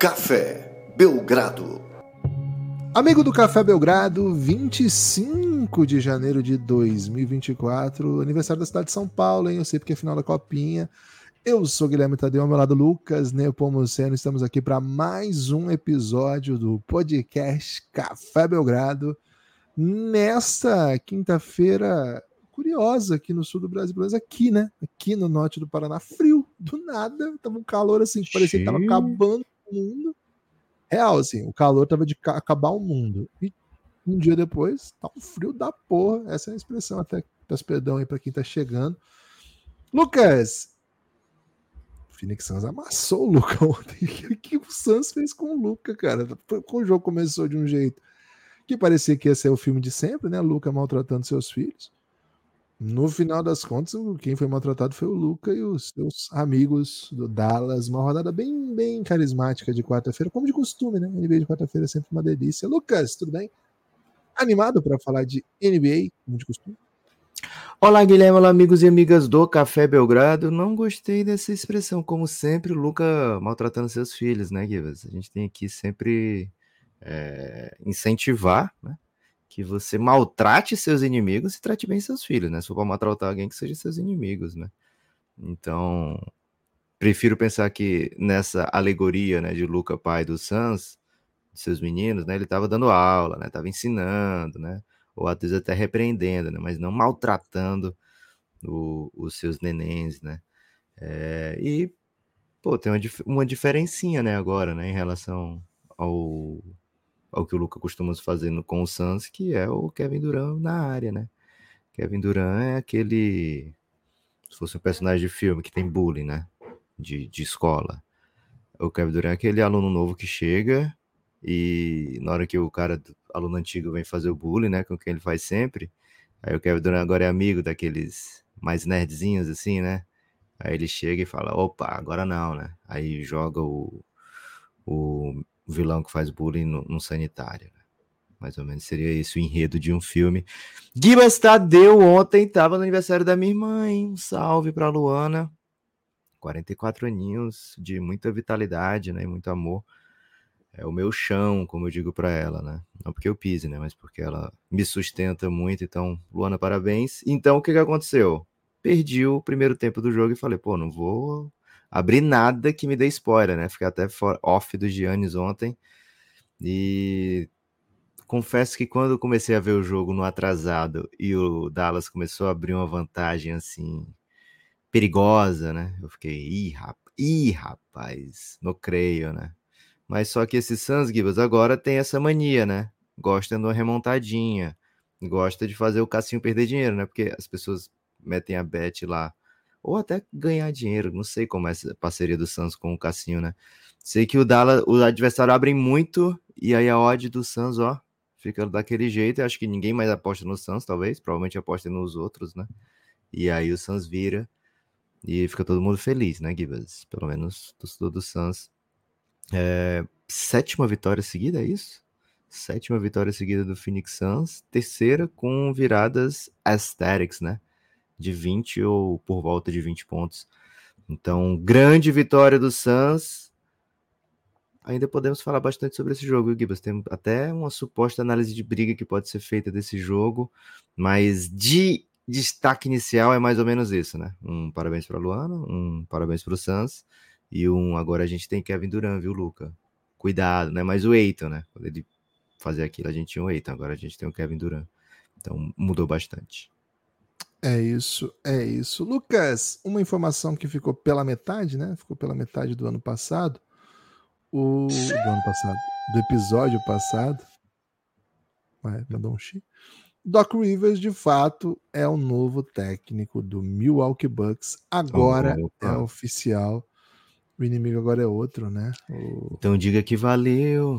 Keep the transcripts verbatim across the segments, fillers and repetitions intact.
Café Belgrado. Amigo do Café Belgrado, vinte e cinco de janeiro de dois mil e vinte e quatro, aniversário da cidade de São Paulo, hein? Eu sei porque é final da Copinha. Eu sou Guilherme Tadeu, ao meu lado Lucas Nepomuceno. Estamos aqui para mais um episódio do podcast Café Belgrado. Nesta quinta-feira curiosa aqui no sul do Brasil, mas aqui, né? Aqui no norte do Paraná, frio, do nada. Tava um calor assim, que parecia que tava acabando o mundo. Real, assim, o calor tava de ca- acabar o mundo. E um dia depois, tá um frio da porra. Essa é a expressão, até peço perdão aí pra quem tá chegando. Lucas, o Phoenix Suns amassou o Luca ontem. O que o Suns fez com o Luca, cara? O jogo começou de um jeito que parecia que ia ser o filme de sempre, né? Luca maltratando seus filhos. No final das contas, quem foi maltratado foi o Luca e os seus amigos do Dallas. Uma rodada bem, bem carismática de quarta-feira, como de costume, né? N B A de quarta-feira é sempre uma delícia. Lucas, tudo bem? Animado para falar de N B A, como de costume? Olá, Guilherme, olá, amigos e amigas do Café Belgrado. Não gostei dessa expressão, como sempre, o Luca maltratando seus filhos, né, Givas? A gente tem aqui sempre é, incentivar, né? Que você maltrate seus inimigos e trate bem seus filhos, né? Se for para maltratar alguém, que seja seus inimigos, né? Então, prefiro pensar que nessa alegoria, né, de Luca, pai do Suns, de seus meninos, né? Ele estava dando aula, né? Estava ensinando, né? Ou às vezes até repreendendo, né? Mas não maltratando o, os seus nenéns, né? É, e, pô, tem uma, uma diferencinha, né, agora, né? Em relação ao ao que o Luka costuma fazer no, com o Suns, que é o Kevin Durant na área, né? Kevin Durant é aquele... Se fosse um personagem de filme que tem bullying, né? De, de escola. O Kevin Durant é aquele aluno novo que chega e na hora que o cara, aluno antigo, vem fazer o bullying, né? Com quem ele faz sempre. Aí o Kevin Durant agora é amigo daqueles mais nerdzinhos, assim, né? Aí ele chega e fala, opa, agora não, né? Aí joga o, o vilão que faz bullying no, no sanitário, né? Mais ou menos seria isso o enredo de um filme. Gibas Tadeu ontem tava no aniversário da minha irmã, hein? Um salve pra Luana. quarenta e quatro aninhos de muita vitalidade, né? E muito amor. É o meu chão, como eu digo pra ela, né? Não porque eu pise, né? Mas porque ela me sustenta muito. Então, Luana, parabéns. Então, o que que aconteceu? Perdi o primeiro tempo do jogo e falei, pô, não vou abrir nada que me dê spoiler, né? Fiquei até for, off do Giannis ontem. E confesso que quando eu comecei a ver o jogo no atrasado e o Dallas começou a abrir uma vantagem assim perigosa, né? Eu fiquei, ih, rap... ih rapaz, não creio, né? Mas só que esse Suns, Gibas, agora tem essa mania, né? Gosta de uma remontadinha, gosta de fazer o Cassinho perder dinheiro, né? Porque as pessoas metem a bet lá, ou até ganhar dinheiro, não sei como é essa parceria do Suns com o Cassinho, né? Sei que o Dallas, o adversário abre muito e aí a odd do Suns, ó, fica daquele jeito. Eu acho que ninguém mais aposta no Suns, talvez. Provavelmente aposta nos outros, né? E aí o Suns vira e fica todo mundo feliz, né, Gibas? Pelo menos o torcedor do Suns. É, sétima vitória seguida, é isso? Sétima vitória seguida do Phoenix Suns. Terceira com viradas aesthetics, né? De vinte ou por volta de vinte pontos. Então, grande vitória do Suns. Ainda podemos falar bastante sobre esse jogo, viu, Gibas? Tem até uma suposta análise de briga que pode ser feita desse jogo, mas de destaque inicial é mais ou menos isso, né? Um parabéns para a Luana, um parabéns para o Suns, e um agora a gente tem Kevin Durant, viu, Luca? Cuidado, né? Mas o Eiton, né? Quando ele fazia aquilo, a gente tinha o Eiton, agora a gente tem o Kevin Durant. Então mudou bastante. É isso, é isso. Lucas, uma informação que ficou pela metade, né? Ficou pela metade do ano passado. O do ano passado, do episódio passado. Ué, mandou um X. Doc Rivers, de fato, é o novo técnico do Milwaukee Bucks. Agora Opa. é oficial. O inimigo agora é outro, né? O... Então diga que valeu.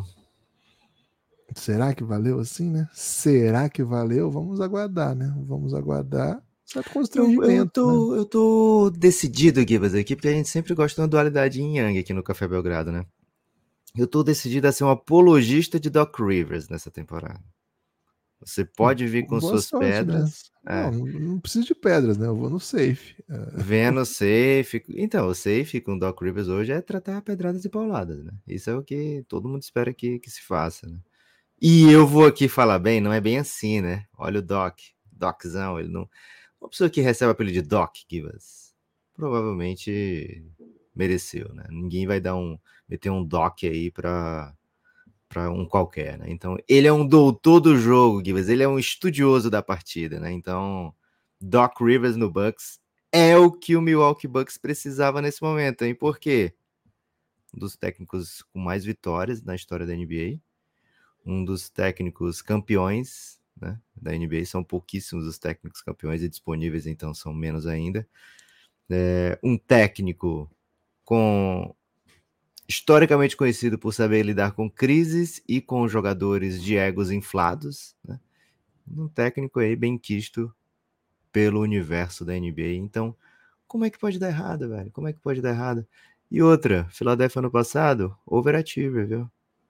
Será que valeu assim, né? Será que valeu? Vamos aguardar, né? Vamos aguardar. Certo constrangimento, Eu, eu, tô, né? eu tô decidido, Gibas, aqui, porque a gente sempre gosta de uma dualidade yin yang aqui no Café Belgrado, né? Eu tô decidido a ser um apologista de Doc Rivers nessa temporada. Você pode vir com Boa suas sorte, né? pedras. Não, É, não não preciso de pedras, né? Eu vou no safe. É, vendo safe. Então, o safe com o Doc Rivers hoje é tratar pedradas e pauladas, né? Isso é o que todo mundo espera que, que se faça, né? E eu vou aqui falar bem, não é bem assim, né? Olha o Doc, Doczão, ele não. Uma pessoa que recebe o apelido de Doc Givas provavelmente mereceu, né? Ninguém vai dar um meter um Doc aí pra, pra um qualquer, né? Então, ele é um doutor do jogo, Givas, ele é um estudioso da partida, né? Então, Doc Rivers no Bucks é o que o Milwaukee Bucks precisava nesse momento, hein? Por quê? Um dos técnicos com mais vitórias na história da N B A, um dos técnicos campeões, né, da N B A, são pouquíssimos os técnicos campeões e disponíveis, então são menos ainda. É, um técnico com historicamente conhecido por saber lidar com crises e com jogadores de egos inflados, né? Um técnico aí bem quisto pelo universo da N B A. Então, como é que pode dar errado, velho? Como é que pode dar errado? E outra, Philadelphia ano passado, overachiever, viu?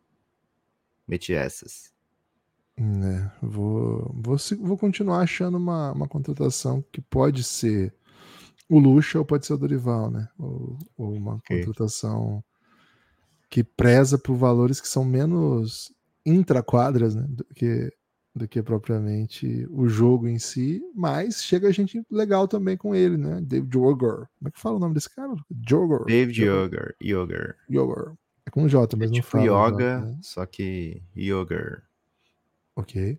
Meti essas. né, vou, vou, se- vou continuar achando uma, uma contratação que pode ser o Lucha ou pode ser o Dorival, né? Ou, ou uma Ok. contratação que preza por valores que são menos intraquadras, né? Do que, do que propriamente o jogo em si, mas chega gente legal também com ele, né? David Jogar. Como é que fala o nome desse cara? Jogar. David Jogar. Yoger. Yoger. Jogar. É com J, É mas não tipo fala J, yoga, né? só que yoga. Ok.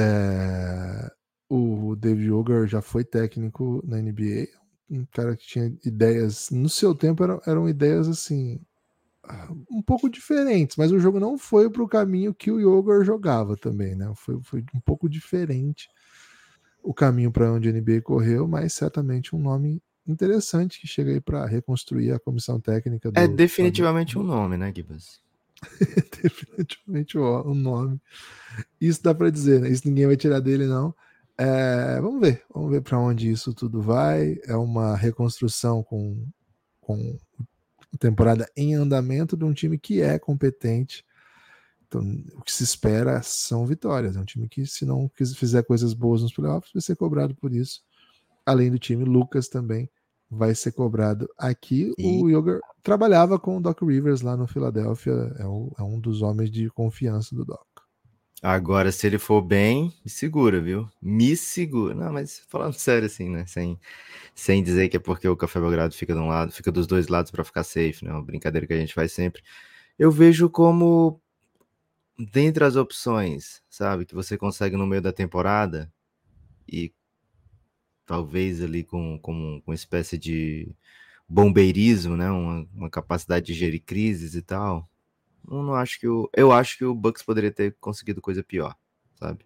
É, o David Jogar já foi técnico na N B A, um cara que tinha ideias, no seu tempo eram, eram ideias assim, um pouco diferentes, mas o jogo não foi para o caminho que o Jogar jogava também, né? Foi, foi um pouco diferente o caminho para onde a N B A correu, mas certamente um nome interessante que chega aí para reconstruir a comissão técnica É do, definitivamente um nome, né, Gibas? definitivamente o, o nome. Isso dá para dizer, né? Isso ninguém vai tirar dele, não. É, vamos ver, vamos ver para onde isso tudo vai. É uma reconstrução com, com temporada em andamento de um time que é competente. Então, o que se espera são vitórias. É um time que, se não fizer coisas boas nos playoffs, vai ser cobrado por isso. Além do time, Lucas também vai ser cobrado aqui. E O Yoga trabalhava com o Doc Rivers lá no Philadelphia, é, o, é um dos homens de confiança do Doc. agora, se ele for bem, me segura, viu? Me segura. Não, mas falando sério assim, né? Sem, sem dizer que é porque o Café Belgrado fica de um lado, fica dos dois lados para ficar safe, né? Uma brincadeira que a gente faz sempre. Eu vejo como, dentre as opções, sabe, que você consegue no meio da temporada e talvez ali com, com, com uma espécie de bombeirismo, né? Uma, uma capacidade de gerir crises e tal. Eu não acho que o. Eu acho que o Bucks poderia ter conseguido coisa pior, sabe?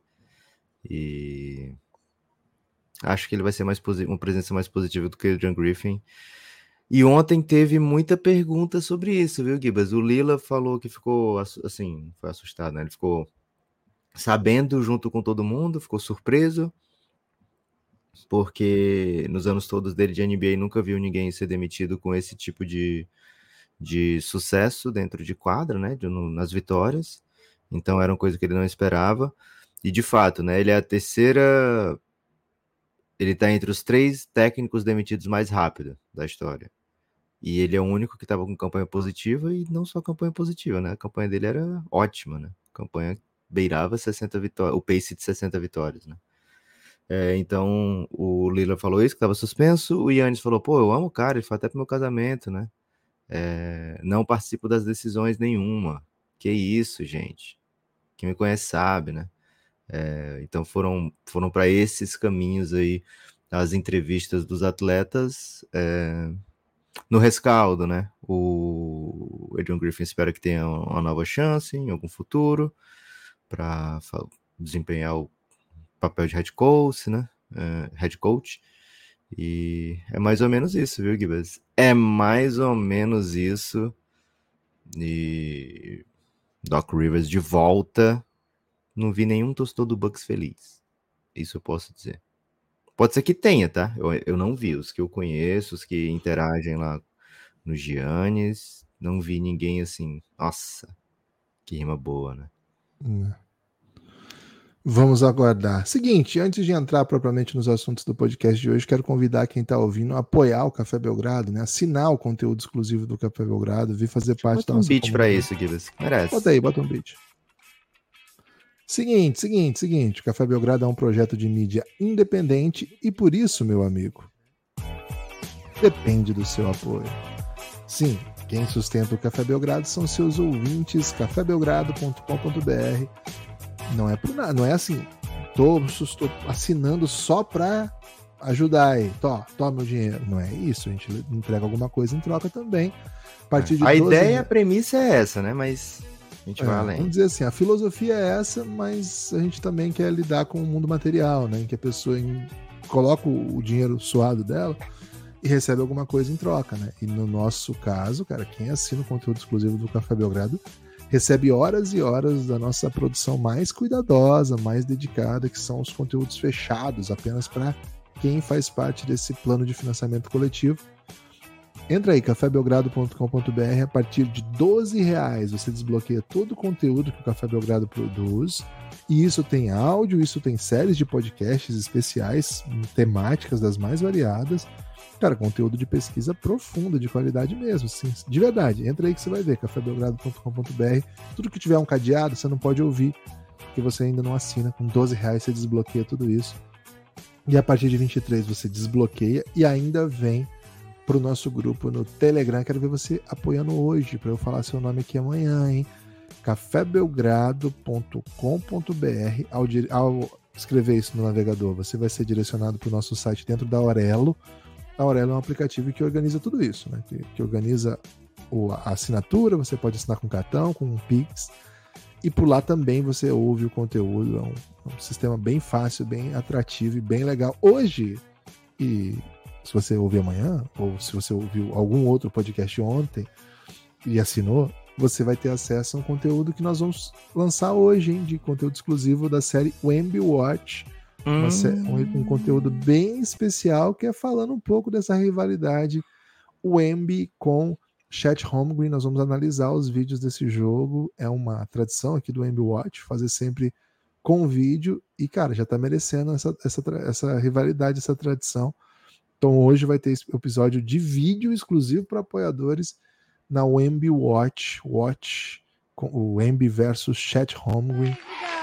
E acho que ele vai ser mais posi- uma presença mais positiva do que o Adrian Griffin. E ontem teve muita pergunta sobre isso, viu, Gibas? O Lila falou que ficou assim, foi assustado, né? Ele ficou sabendo junto com todo mundo, ficou surpreso, porque nos anos todos dele de N B A nunca viu ninguém ser demitido com esse tipo de, de sucesso dentro de quadra, né? De, no, nas vitórias. Então era uma coisa que ele não esperava. E de fato, né? Ele é a terceira. Ele tá entre os três técnicos demitidos mais rápido da história. E ele é o único que estava com campanha positiva e não só campanha positiva, né? A campanha dele era ótima, né? A campanha beirava sessenta vitórias, o pace de sessenta vitórias, né? É, então o Lillard falou isso, que estava suspenso. O Yannis falou: pô, eu amo o cara, ele foi até pro meu casamento, né? É, não participo das decisões nenhuma. Que isso, gente. Quem me conhece sabe, né? É, então foram, foram para esses caminhos aí as entrevistas dos atletas é, no rescaldo, né? O Adrian Griffin espera que tenha uma nova chance em algum futuro para desempenhar o papel de head coach, né? É, head coach. E é mais ou menos isso, viu, Gibas? É mais ou menos isso. E Doc Rivers de volta. Não vi nenhum torcedor do Bucks feliz. Isso eu posso dizer. Pode ser que tenha, tá? Eu, eu não vi. Os que eu conheço, os que interagem lá no Giannis, não vi ninguém assim. Nossa, que rima boa, né? Hum. Vamos aguardar. Seguinte, antes de entrar propriamente nos assuntos do podcast de hoje, quero convidar quem está ouvindo a apoiar o Café Belgrado, né? Assinar o conteúdo exclusivo do Café Belgrado, vir fazer parte Bota da um nossa beat pra comunidade. isso, Guilherme. Merece. Bota aí, bota um beat. Seguinte, seguinte, seguinte. O Café Belgrado é um projeto de mídia independente e por isso, meu amigo, depende do seu apoio. Sim, quem sustenta o Café Belgrado são seus ouvintes, café belgrado ponto com ponto b r. Não é por nada, não é assim, tô, tô assinando só pra ajudar aí, tó, toma meu dinheiro. Não é isso, a gente entrega alguma coisa em troca também. A partir de A doze ideia, a premissa é essa, né? Mas a gente é, vai além. Vamos dizer assim, a filosofia é essa, mas a gente também quer lidar com o mundo material, né? Em que a pessoa em, coloca o, o dinheiro suado dela e recebe alguma coisa em troca, né? E no nosso caso, cara, quem assina o conteúdo exclusivo do Café Belgrado recebe horas e horas da nossa produção mais cuidadosa, mais dedicada, que são os conteúdos fechados, apenas para quem faz parte desse plano de financiamento coletivo. Entra aí, café belgrado ponto com ponto b r. A partir de doze reais você desbloqueia todo o conteúdo que o Café Belgrado produz. E isso tem áudio, isso tem séries de podcasts especiais, temáticas das mais variadas. Cara, conteúdo de pesquisa profunda, de qualidade mesmo, sim, de verdade. Entra aí que você vai ver, café belgrado ponto com ponto b r. Tudo que tiver um cadeado, você não pode ouvir, porque você ainda não assina. Com doze reais você desbloqueia tudo isso. E a partir de vinte e três você desbloqueia e ainda vem pro nosso grupo no Telegram. Quero ver você apoiando hoje, para eu falar seu nome aqui amanhã, hein? café belgrado ponto com ponto b r. Ao, ao escrever isso no navegador, você vai ser direcionado para o nosso site dentro da Aurelo. A Aurelo é um aplicativo que organiza tudo isso, né? Que, que organiza o, a assinatura, você pode assinar com cartão, com um Pix, e por lá também você ouve o conteúdo. É um, é um sistema bem fácil, bem atrativo e bem legal. Hoje, e se você ouvir amanhã, ou se você ouviu algum outro podcast ontem e assinou, você vai ter acesso a um conteúdo que nós vamos lançar hoje, hein, de conteúdo exclusivo da série Wemby Watch. Uma, um, um conteúdo bem especial que é falando um pouco dessa rivalidade Wemby com Chet Holmgren. Nós vamos analisar os vídeos desse jogo. É uma tradição aqui do Wemby Watch fazer sempre com vídeo e, cara, já tá merecendo essa, essa, essa rivalidade, essa tradição. Então hoje vai ter esse episódio de vídeo exclusivo para apoiadores na Wemby Watch, Watch com o Wemby versus Chet Holmgren.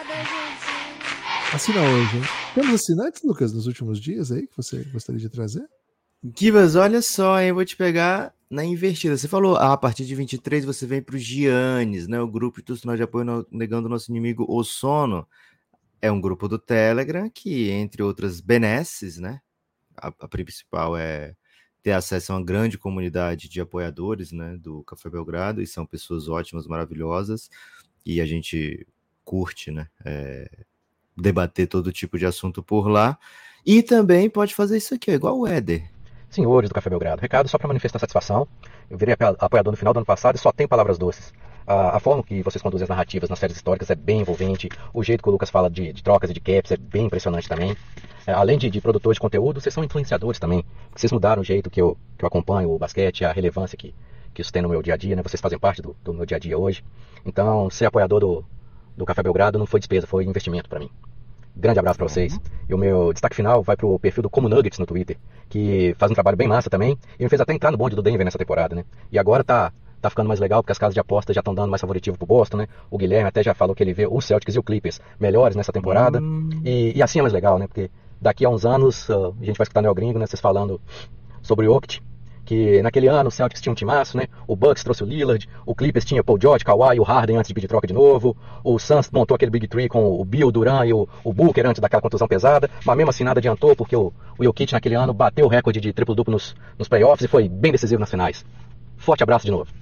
Assina hoje, hein? Temos assinantes, Lucas, nos últimos dias aí que você gostaria de trazer? Gibas, olha só, hein? Eu vou te pegar na invertida. Você falou, ah, a partir de vinte e três você vem para os Giannis, né? O grupo institucional de apoio no, negando o nosso inimigo, o sono. É um grupo do Telegram que, entre outras benesses, né? A, a principal é ter acesso a uma grande comunidade de apoiadores, né? Do Café Belgrado, e são pessoas ótimas, maravilhosas, e a gente curte, né? É... debater todo tipo de assunto por lá. E também pode fazer isso aqui, igual o Éder. Senhores do Café Belgrado, recado só para manifestar satisfação. Eu virei apoiador no final do ano passado e só tem palavras doces. A, a forma que vocês conduzem as narrativas nas séries históricas é bem envolvente. O jeito que o Lucas fala de, de trocas e de caps é bem impressionante também. É, além de, de produtores de conteúdo, vocês são influenciadores também. Vocês mudaram o jeito que eu, que eu acompanho o basquete, a relevância que, que isso tem no meu dia a dia, né? Vocês fazem parte do, do meu dia a dia hoje. Então, ser apoiador do, do Café Belgrado não foi despesa, foi investimento para mim. Grande abraço para vocês. E o meu destaque final vai pro perfil do Como Nuggets no Twitter, que faz um trabalho bem massa também, e me fez até entrar no bonde do Denver nessa temporada, né? E agora tá, tá ficando mais legal, porque as casas de aposta já estão dando mais favoritivo pro Boston, né? O Guilherme até já falou que ele vê o Celtics e o Clippers melhores nessa temporada, hum. e, e assim é mais legal, né? Porque daqui a uns anos uh, a gente vai escutar Neo Gringo, né? Vocês falando sobre o Jokic, que naquele ano o Celtics tinha um timaço, né? O Bucks trouxe o Lillard, o Clippers tinha Paul George, Kawhi e o Harden antes de pedir troca de novo, o Suns montou aquele Big Three com o Bill, o Durant e o, o Booker antes daquela contusão pesada, mas mesmo assim nada adiantou, porque o, o Jokic naquele ano bateu o recorde de triplo-duplo nos, nos playoffs e foi bem decisivo nas finais. Forte abraço de novo.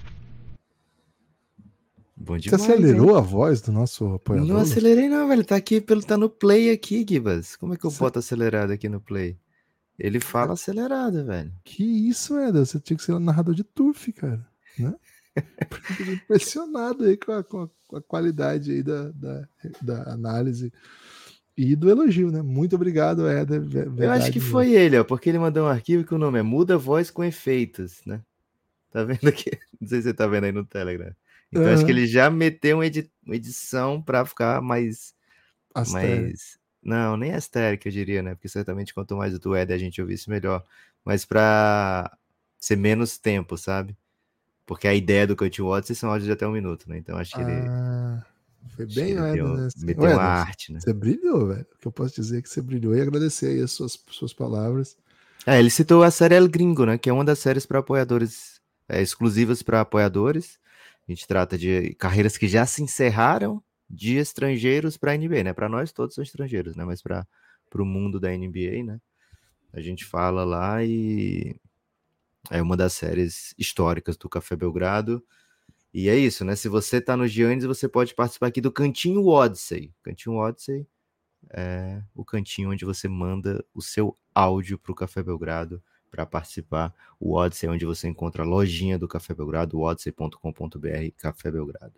Bom demais, Você acelerou hein? a voz do nosso apoiador? Não acelerei não, velho, tá aqui, pelo, tá no play aqui, Gibas. Como é que eu Você... boto acelerado aqui no play? Ele fala acelerado, velho. Que isso, Eder? Você tinha que ser um narrador de turf, cara. Né? Impressionado aí com a, com a, com a qualidade aí da, da, da análise e do elogio, né? Muito obrigado, Eder. Verdade, eu acho que foi mesmo. Ele, ó, porque ele mandou um arquivo que o nome é Muda Voz com Efeitos, né? Tá vendo aqui? Não sei se você tá vendo aí no Telegram. Então uhum. Acho que ele já meteu uma, edi- uma edição pra ficar mais Astéria. Mas não, nem Astéria que eu diria, né? Porque certamente quanto mais o do Éder a gente ouvisse, melhor. Mas pra ser menos tempo, sabe? Porque a ideia do Cut Watts são áudios de até um minuto, né? Então acho que ele, Ah, foi acho que bem o ele Éder, deu, né? Assim. O meteu uma Éder, arte, né? você brilhou, velho. O que eu posso dizer é que você brilhou. E agradecer aí as suas, suas palavras. É, ele citou a série El Gringo, né? Que é uma das séries para apoiadores, é, exclusivas para apoiadores. A gente trata de carreiras que já se encerraram de estrangeiros para a N B A, né? Para nós todos são estrangeiros, né? Mas para o mundo da N B A, né? A gente fala lá e é uma das séries históricas do Café Belgrado. E é isso, né? Se você tá no Giannis, você pode participar aqui do Cantinho Odyssey. Cantinho Odyssey é o cantinho onde você manda o seu áudio para o Café Belgrado para participar. O Odyssey é onde você encontra a lojinha do Café Belgrado, odyssey ponto com ponto b r, Café Belgrado.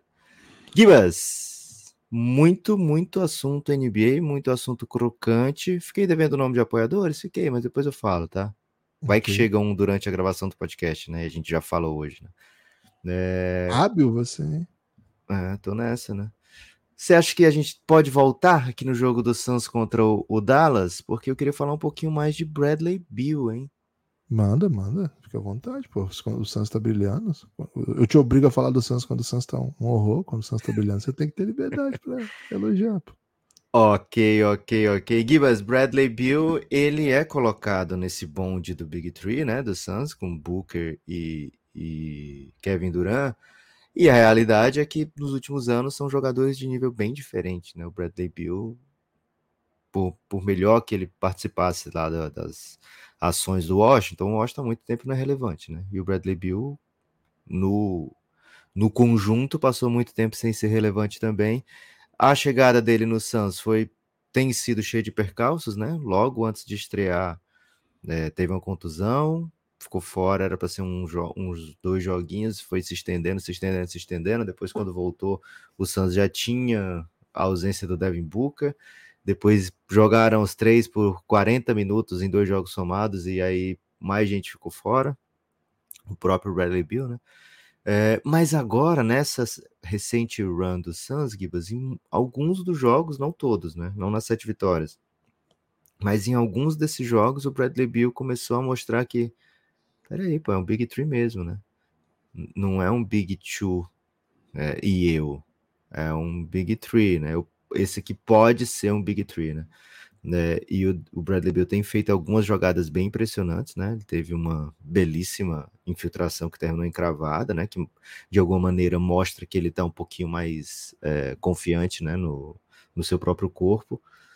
Gibas, muito, muito assunto N B A, muito assunto crocante. Fiquei devendo o nome de apoiadores? Fiquei, mas depois eu falo, tá? Vai que Ok. chega um durante a gravação do podcast, né? A gente já falou hoje, né? É... Hábil você, hein? É, tô nessa, né? Você acha que a gente pode voltar aqui no jogo do Suns contra o, o Dallas? Porque eu queria falar um pouquinho mais de Bradley Beal, hein? Manda, manda. Fica à vontade, pô. O Santos tá brilhando. Eu te obrigo a falar do Santos quando o Santos tá um horror. Quando o Santos tá brilhando, você tem que ter liberdade pra elogiar, pô. Ok, ok, ok. Gibas, Bradley Beal, ele é colocado nesse bonde do Big Three, né, do Suns, com Booker e, e Kevin Durant. E a realidade é que nos últimos anos são jogadores de nível bem diferente, né? O Bradley Beal, por, por melhor que ele participasse lá da, das ações do Washington, o Washington há muito tempo não é relevante, né? E o Bradley Beal, no, no conjunto, passou muito tempo sem ser relevante também. A chegada dele no Suns foi, tem sido cheia de percalços, né? Logo antes de estrear, é, teve uma contusão, ficou fora, era para ser um jo uns dois joguinhos, foi se estendendo, se estendendo, se estendendo. Depois, quando voltou, o Suns já tinha a ausência do Devin Booker. Depois jogaram os três por quarenta minutos em dois jogos somados, e aí mais gente ficou fora. O próprio Bradley Beal, né? É, mas agora, nessa recente run do Suns, Gibas, em alguns dos jogos, não todos, né? Não nas sete vitórias, mas em alguns desses jogos, o Bradley Beal começou a mostrar que, peraí, pô, é um Big Three mesmo, né? Não é um Big Two é, e eu. É um Big Three, né? Esse aqui pode ser um Big Three, né? Né, e o, o Bradley Beal tem feito algumas jogadas bem impressionantes, né? Ele teve uma belíssima infiltração que terminou encravada, né? Que de alguma maneira mostra que ele está um pouquinho mais é, confiante, né? No, no seu próprio corpo.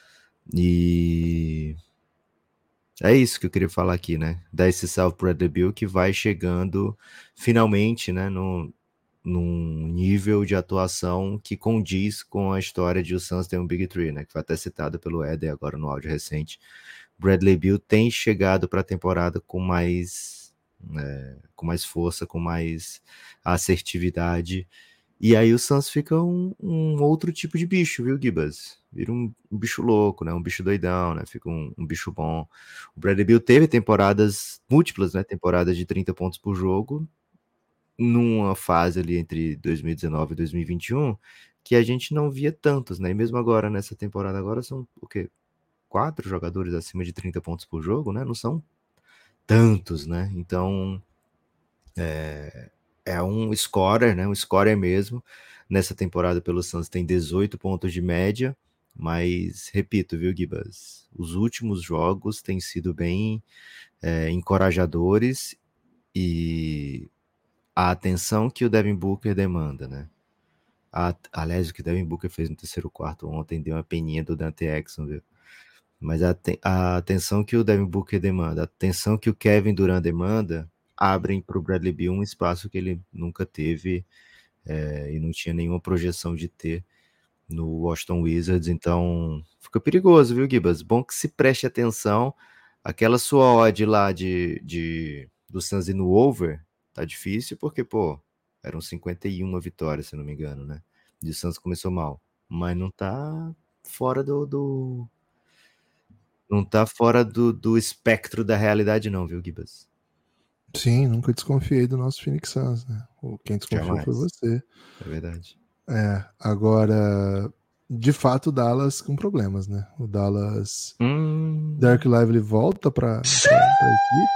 E é isso que eu queria falar aqui, né? Dar esse salve para o Bradley Beal que vai chegando finalmente, né? No, num nível de atuação que condiz com a história de o Suns ter um Big Three, né? Que foi até citado pelo Éder agora no áudio recente. Bradley Beal tem chegado para a temporada com mais, é, com mais força, com mais assertividade. E aí o Suns fica um, um outro tipo de bicho, viu, Gibas? Vira um, um bicho louco, né? Um bicho doidão, né? Fica um, um bicho bom. O Bradley Beal teve temporadas múltiplas, né? Temporadas de trinta pontos por jogo, numa fase ali entre dois mil e dezenove e dois mil e vinte e um, que a gente não via tantos, né? E mesmo agora, nessa temporada agora, são o quê? Quatro jogadores acima de trinta pontos por jogo, né? Não são tantos, né? Então, é, é um scorer, né? Um scorer mesmo. Nessa temporada pelo Suns tem dezoito pontos de média, mas, repito, viu, Gibas? Os últimos jogos têm sido bem é, encorajadores e a atenção que o Devin Booker demanda, né? A, aliás, o que o Devin Booker fez no terceiro quarto ontem deu uma peninha do Dante Exum, viu? Mas a, a atenção que o Devin Booker demanda, a atenção que o Kevin Durant demanda, abrem para o Bradley Beal um espaço que ele nunca teve é, e não tinha nenhuma projeção de ter no Washington Wizards. Então, fica perigoso, viu, Gibas? Bom que se preste atenção. Aquela sua odd lá de, de, do Suns no over tá difícil porque, pô, eram cinquenta e uma vitórias, se não me engano, né? E o Suns começou mal. Mas não tá fora do... do não tá fora do, do espectro da realidade não, viu, Gibas? Sim, nunca desconfiei do nosso Phoenix Suns, né? Quem desconfiou Jamais. foi você. É verdade. É, agora de fato, o Dallas com problemas, né? O Dallas... Hum. Derek Lively volta pra, pra, pra equipe.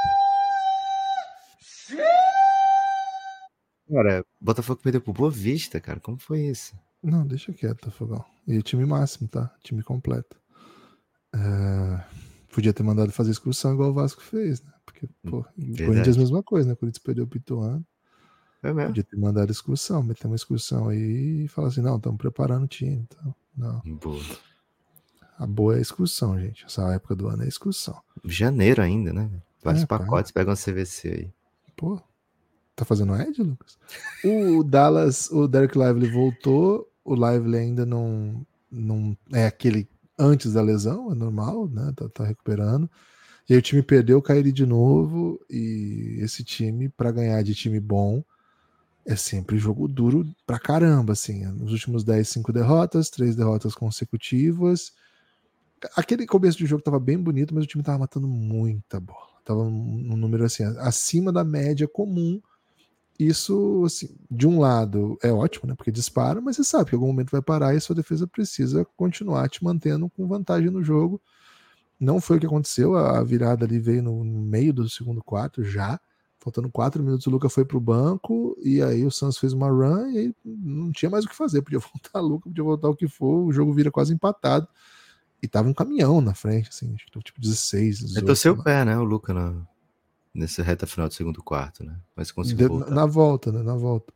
Cara, Botafogo perdeu pro Boa Vista, cara. Como foi isso? Não, deixa quieto, Fogão. E time máximo, tá? Time completo. É... Podia ter mandado fazer excursão igual o Vasco fez, né? Porque, pô, o Corinthians é a mesma coisa, né? O Corinthians perdeu o Pituano. É mesmo? Podia ter mandado excursão, meter uma excursão aí e falar assim, não, estamos preparando o time. Então, não. Boa. A boa é a excursão, gente. Essa época do ano é excursão. Janeiro ainda, né? Vários É, pacotes, pega um C V C aí. Pô, tá fazendo Ed, Lucas? O Dallas, o Derek Lively voltou, o Lively ainda não, não é aquele antes da lesão, é normal, né? Tá, tá recuperando. E aí o time perdeu o Kyrie de novo, e esse time, para ganhar de time bom, é sempre jogo duro pra caramba, assim. Nos últimos dez, cinco derrotas, três derrotas consecutivas. Aquele começo de jogo tava bem bonito, mas o time tava matando muita bola. Tava um número assim, acima da média comum. Isso, assim, de um lado é ótimo, né? Porque dispara, mas você sabe que em algum momento vai parar e sua defesa precisa continuar te mantendo com vantagem no jogo. Não foi o que aconteceu, a virada ali veio no meio do segundo quarto já. Faltando quatro minutos, o Luka foi pro banco, e aí o Suns fez uma run, e aí não tinha mais o que fazer. Podia voltar Luka, podia voltar o que for, o jogo vira quase empatado. E tava um caminhão na frente, assim, tipo dezesseis, dezoito. Meteu seu pé, né, o Luka, na, nessa reta final do segundo quarto, né? Mas conseguiu De, voltar. na volta, né? Na volta.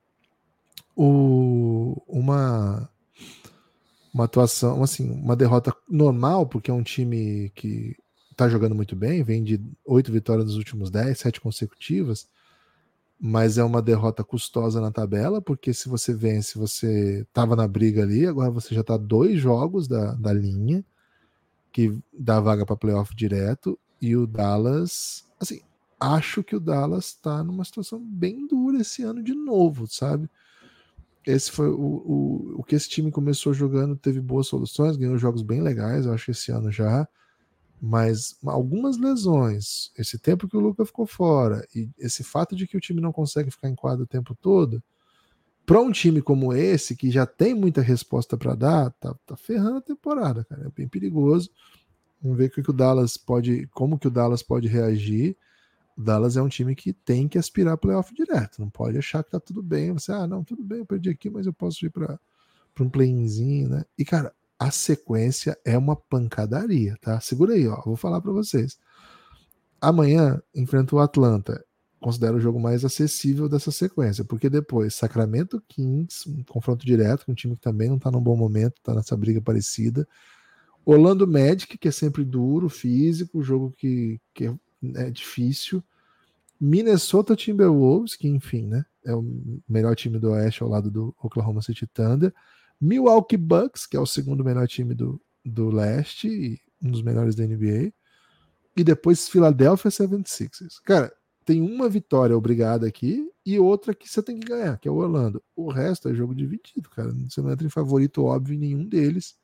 O, uma, uma atuação, assim, uma derrota normal, porque é um time que tá jogando muito bem, vem de oito vitórias nos últimos dez, sete consecutivas, mas é uma derrota custosa na tabela, porque se você vence, você tava na briga ali, agora você já tá dois jogos da, da linha, que dá vaga para playoff direto, e o Dallas, assim, acho que o Dallas tá numa situação bem dura esse ano de novo, sabe? Esse foi o, o, o que esse time começou jogando, teve boas soluções, ganhou jogos bem legais, eu acho, esse ano já, mas algumas lesões, esse tempo que o Luka ficou fora, e esse fato de que o time não consegue ficar em quadra o tempo todo, para um time como esse, que já tem muita resposta para dar, tá, tá ferrando a temporada, cara, é bem perigoso. Vamos ver que o Dallas pode, como que o Dallas pode reagir. O Dallas é um time que tem que aspirar playoff direto, não pode achar que tá tudo bem. Você, ah, não, tudo bem, eu perdi aqui, mas eu posso ir para um play-inzinho, né? E, cara, a sequência é uma pancadaria, tá? Segura aí, ó, vou falar para vocês. Amanhã enfrenta o Atlanta, considero o jogo mais acessível dessa sequência, porque depois Sacramento Kings, um confronto direto com um time que também não tá num bom momento, tá nessa briga parecida. Orlando Magic, que é sempre duro, físico, jogo que, que é, é difícil. Minnesota Timberwolves, que enfim, né, é o melhor time do Oeste ao lado do Oklahoma City Thunder. Milwaukee Bucks, que é o segundo melhor time do, do Leste, e um dos melhores da N B A. E depois Philadelphia setenta e seis ers. Cara, tem uma vitória obrigada aqui e outra que você tem que ganhar, que é o Orlando. O resto é jogo dividido, cara. Você não entra em favorito óbvio em nenhum deles.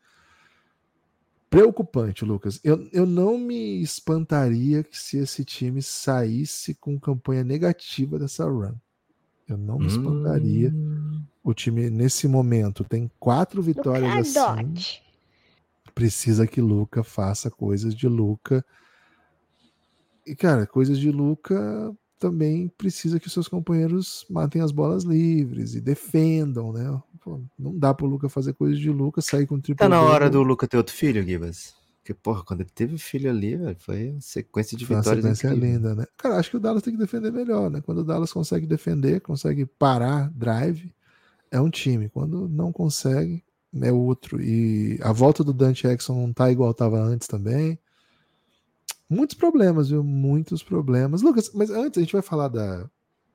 Preocupante, Lucas. Eu, eu não me espantaria que se esse time saísse com campanha negativa dessa run. Eu não me hum. espantaria. O time, nesse momento, tem quatro vitórias assim. Precisa que Luka faça coisas de Luka. E, cara, coisas de Luka também precisa que seus companheiros matem as bolas livres e defendam, né? Pô, não dá pro Luka fazer coisas de Luka, sair com triple Tá na hora do Luka ter outro filho, Gibas? Porque, porra, quando ele teve filho ali, velho, foi uma sequência de foi vitórias uma sequência incrível. linda, né? Cara, acho que o Dallas tem que defender melhor, né? Quando o Dallas consegue defender, consegue parar drive, é um time. Quando não consegue, é outro. E a volta do Dante Exum não tá igual tava antes também. Muitos problemas, viu? Muitos problemas. Lucas, mas antes a gente vai falar da,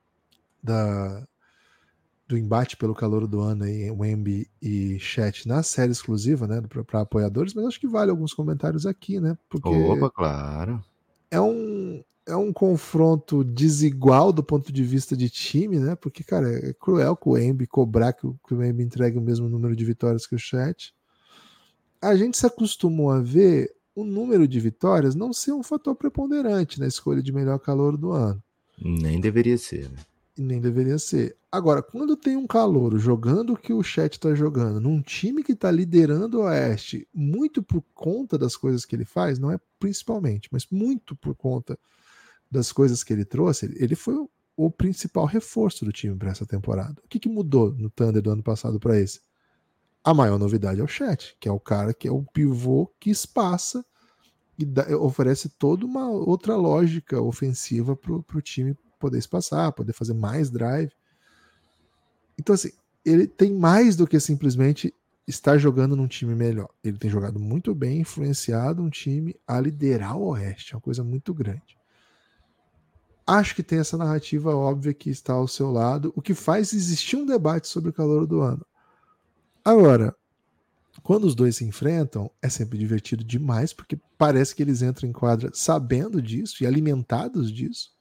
da do embate pelo calor do ano aí, Wemby e Chat na série exclusiva, né, para apoiadores, mas acho que vale alguns comentários aqui, né? Porque Opa, claro. É um, é um confronto desigual do ponto de vista de time, né? Porque, cara, é cruel com o Wemby cobrar que o, que o Wemby entregue o mesmo número de vitórias que o Chat. A gente se acostumou a ver o número de vitórias não ser um fator preponderante na escolha de melhor calor do ano. Nem deveria ser, né? E nem deveria ser. Agora, quando tem um calouro jogando o que o Chet tá jogando, num time que tá liderando o Oeste, muito por conta das coisas que ele faz, não é principalmente, mas muito por conta das coisas que ele trouxe, ele foi o, o principal reforço do time para essa temporada. O que, que mudou no Thunder do ano passado para esse? A maior novidade é o Chet, que é o cara que é o pivô que espaça e dá, oferece toda uma outra lógica ofensiva pro, pro time poder espaçar, poder fazer mais drive. Então, assim, ele tem mais do que simplesmente estar jogando num time melhor. Ele tem jogado muito bem, influenciado um time a liderar o Oeste. É uma coisa muito grande. Acho que tem essa narrativa óbvia que está ao seu lado, o que faz existir um debate sobre o calor do ano. Agora, quando os dois se enfrentam, é sempre divertido demais, porque parece que eles entram em quadra sabendo disso e alimentados disso.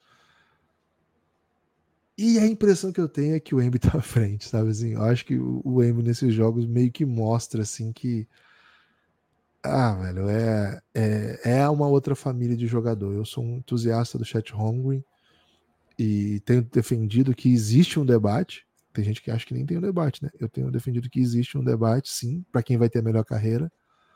E a impressão que eu tenho é que o Embi tá à frente, sabe assim? Eu acho que o Embi nesses jogos meio que mostra assim que ah, velho, é, é, é uma outra família de jogador. Eu sou um entusiasta do Chet Holmgren e tenho defendido que existe um debate. Tem gente que acha que nem tem um debate, né? Eu tenho defendido que existe um debate, sim, para quem vai ter a melhor carreira.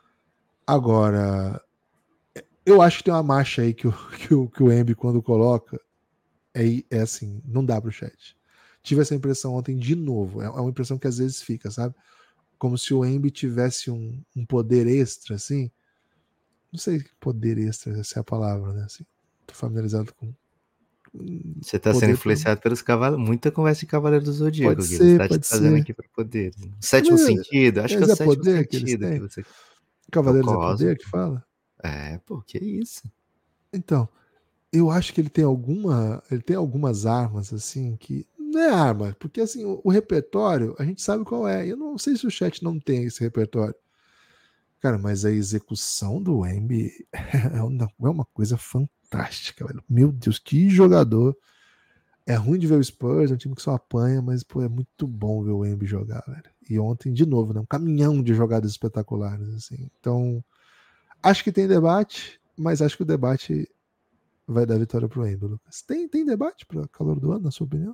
Agora, eu acho que tem uma marcha aí que o, que o, que o Embi, quando coloca, é, é assim, não dá pro Chet. Tive essa impressão ontem de novo. É uma impressão que às vezes fica, sabe? Como se o Embi tivesse um, um poder extra, assim. Não sei poder extra, essa é a palavra, né? Assim, tô familiarizado com. Você tá sendo influenciado pelos cavaleiros. Muita conversa de Cavaleiro do Zodíaco. Pode Aqui. ser, Você tá te pode trazendo ser. aqui para poderes. Sétimo Mas, sentido? Acho que é o é sétimo poder que eles sentido têm? que você. Cavaleiros É é poder que fala? É, pô, que isso? Então, eu acho que ele tem alguma. Ele tem algumas armas, assim, que. Não é arma, porque assim, o, o repertório, a gente sabe qual é. Eu não sei se o chat não tem esse repertório. Cara, mas a execução do Embi é uma, é uma coisa fantástica, velho. Meu Deus, que jogador. É ruim de ver o Spurs, é um time que só apanha, mas pô, é muito bom ver o Embi jogar, velho. E ontem, de novo, né, um caminhão de jogadas espetaculares, assim. Então, acho que tem debate, mas acho que o debate vai dar vitória pro Embi, Lucas. Tem, tem debate para calor do ano, na sua opinião?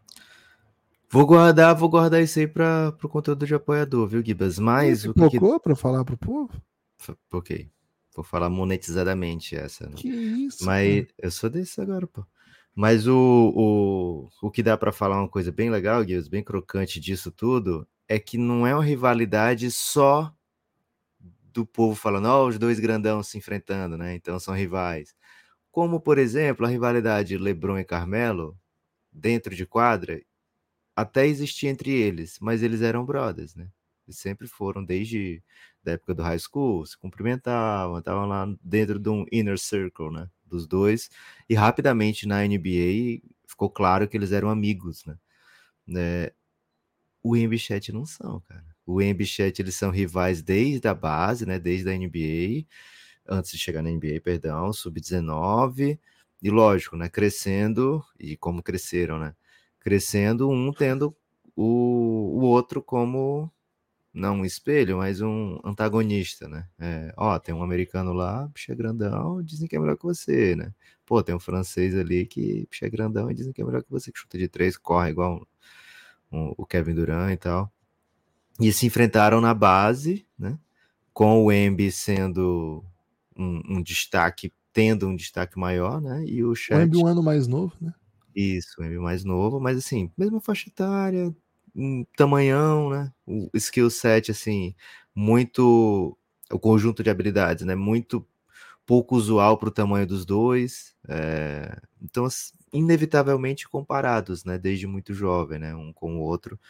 Vou guardar, vou guardar isso aí para o conteúdo de apoiador, viu, Gibas? Mas é, o que que... para falar pro povo? Ok, vou falar monetizadamente essa, né? Que isso, Mas cara. eu sou desse agora, pô. Mas o, o, o que dá para falar uma coisa bem legal, Gibas, bem crocante disso tudo, é que não é uma rivalidade só do povo falando, ó, oh, os dois grandão se enfrentando, né? Então são rivais. Como, por exemplo, a rivalidade LeBron e Carmelo, dentro de quadra, até existia entre eles, mas eles eram brothers, né? Eles sempre foram, desde a época do high school, se cumprimentavam, estavam lá dentro de um inner circle, né? Dos dois, e rapidamente na N B A ficou claro que eles eram amigos, né? né? O Embi e Chet não são, cara. O Embi e Chet, eles são rivais desde a base, né? Desde a N B A, antes de chegar na N B A, perdão, sub dezenove, e lógico, né? Crescendo, e como cresceram, né? Crescendo, um tendo o, o outro como, não um espelho, mas um antagonista, né? É, ó, tem um americano lá, bicho é grandão, dizem que é melhor que você, né? Pô, tem um francês ali que bicho é grandão e dizem que é melhor que você, que chuta de três, corre igual um, um, o Kevin Durant e tal. E se enfrentaram na base, né? Com o Embi sendo um, um destaque, tendo um destaque maior, né? E o Chet... O Embi um ano mais novo, né? Isso, o Embi mais novo, mas assim, mesma faixa etária, um tamanhão, né? O skill set, assim, muito... O conjunto de habilidades, né? Muito pouco usual para o tamanho dos dois. É... Então, inevitavelmente comparados, né? Desde muito jovem, né? Um com o outro.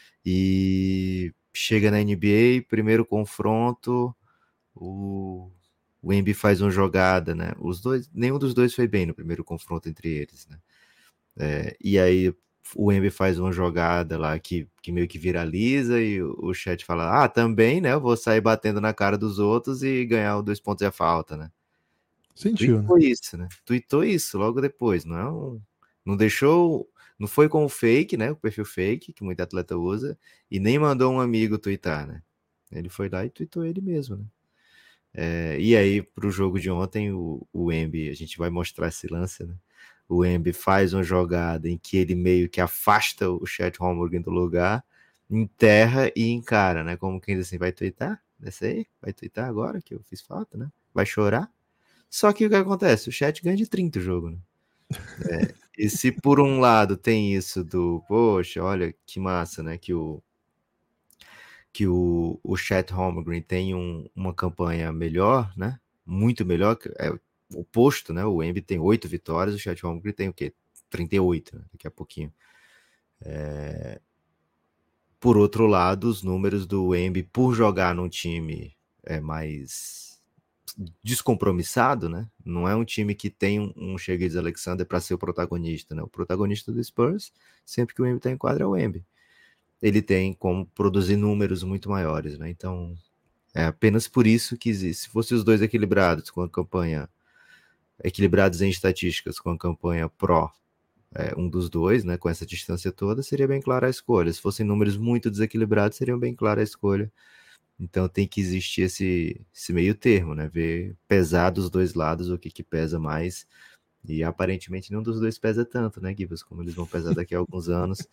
E chega na N B A, primeiro confronto, o, o Embi faz uma jogada, né? Os dois, nenhum dos dois foi bem no primeiro confronto entre eles, né? É, e aí o Embi faz uma jogada lá que, que meio que viraliza e o, o chat fala, ah, também, né? Eu vou sair batendo na cara dos outros e ganhar os dois pontos e a falta, né? Sentiu, Tweetou né? isso, né? Tweetou isso logo depois, não é um, não deixou, não foi com o fake, né? O perfil fake que muito atleta usa e nem mandou um amigo twittar, né? Ele foi lá e tweetou ele mesmo, né? É, e aí, pro jogo de ontem, o, o Embi, a gente vai mostrar esse lance, né? o Embi faz uma jogada em que ele meio que afasta o Chet Holmgren do lugar, enterra e encara, né? Como quem diz assim, vai tuitar? Desce aí? Vai tuitar agora que eu fiz falta, né? Vai chorar? Só que o que acontece? O Chet ganha de trinta o jogo, né? É, e se por um lado tem isso do, poxa, olha que massa, né? Que o que o, o Chet Holmgren tem um, uma campanha melhor, né? Muito melhor, é o oposto, né? O Embi tem oito vitórias, o Chet Holmgren tem o quê? trinta e oito, né? Daqui a pouquinho. É... Por outro lado, os números do Embi por jogar num time é mais descompromissado, né? Não é um time que tem um, um Shai Gilgeous-Alexander para ser o protagonista, né? O protagonista do Spurs, sempre que o Embi está em quadra, é o Embi. Ele tem como produzir números muito maiores, né? Então, é apenas por isso que existe. Se fossem os dois equilibrados, com a campanha equilibrados em estatísticas, com a campanha pró, é, um dos dois, né? Com essa distância toda, seria bem clara a escolha. Se fossem números muito desequilibrados, seria bem clara a escolha. Então tem que existir esse, esse meio termo, né? Ver pesar dos dois lados, o que, que pesa mais. E aparentemente nenhum dos dois pesa tanto, né, Gibbs? Como eles vão pesar daqui a alguns anos.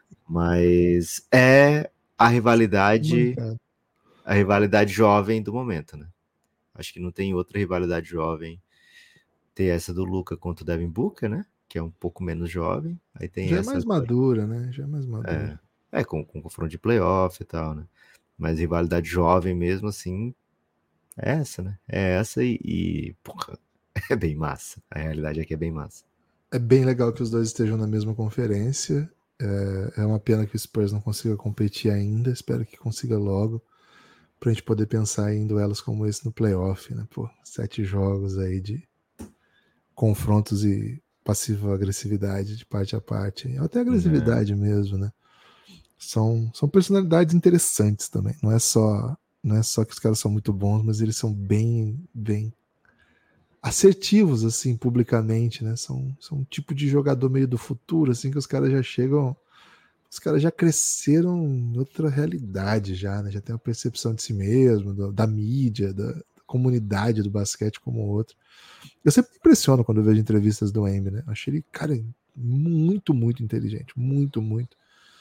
Mas é a rivalidade, a rivalidade jovem do momento, né? Acho que não tem outra rivalidade jovem. Tem essa do Luka contra o Devin Booker, né? Que é um pouco menos jovem. Aí tem Já essa é mais agora. madura, né? Já é mais madura. É, é com, com confronto de playoff e tal, né? Mas rivalidade jovem mesmo, assim, é essa, né? É essa e, e porra, é bem massa. A realidade é que é bem massa. É bem legal que os dois estejam na mesma conferência. É, é uma pena que o Spurs não consiga competir ainda. Espero que consiga logo, pra gente poder pensar em duelos como esse no playoff, né? Pô, sete jogos aí de confrontos e passiva-agressividade de parte a parte. Até agressividade é. mesmo, né? São, são personalidades interessantes também. Não é só não é só que os caras são muito bons, mas eles são bem, bem assertivos, assim, publicamente, né? São, são um tipo de jogador meio do futuro, assim, que os caras já chegam... Os caras já cresceram em outra realidade já, né? Já tem uma percepção de si mesmo, da, da mídia, da, da comunidade do basquete como outro. Eu sempre me impressiono quando eu vejo entrevistas do Embi, né? Eu achei ele, cara, muito, muito inteligente. Muito, muito.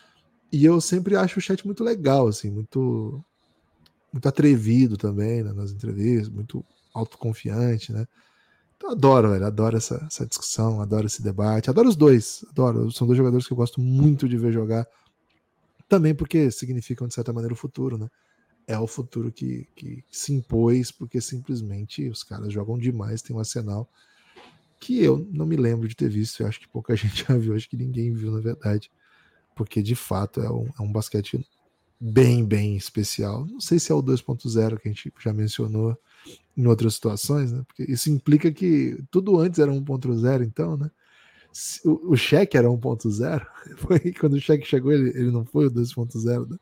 E eu sempre acho o chat muito legal, assim, muito, muito atrevido também, né, nas entrevistas, muito autoconfiante, né? Então, adoro, velho, adoro essa, essa discussão, adoro esse debate, adoro os dois, adoro. São dois jogadores que eu gosto muito de ver jogar, também porque significam, de certa maneira, o futuro, né? É o futuro que, que se impôs, porque simplesmente os caras jogam demais, tem um arsenal que eu não me lembro de ter visto, eu acho que pouca gente já viu, acho que ninguém viu, na verdade, porque de fato é um, é um basquete bem, bem especial. Não sei se é o dois ponto zero que a gente já mencionou em outras situações, né? Porque isso implica que tudo antes era um ponto zero, então, né? O, o Shaq era um ponto zero, foi quando o Shaq chegou, ele, ele não foi o dois ponto zero, né?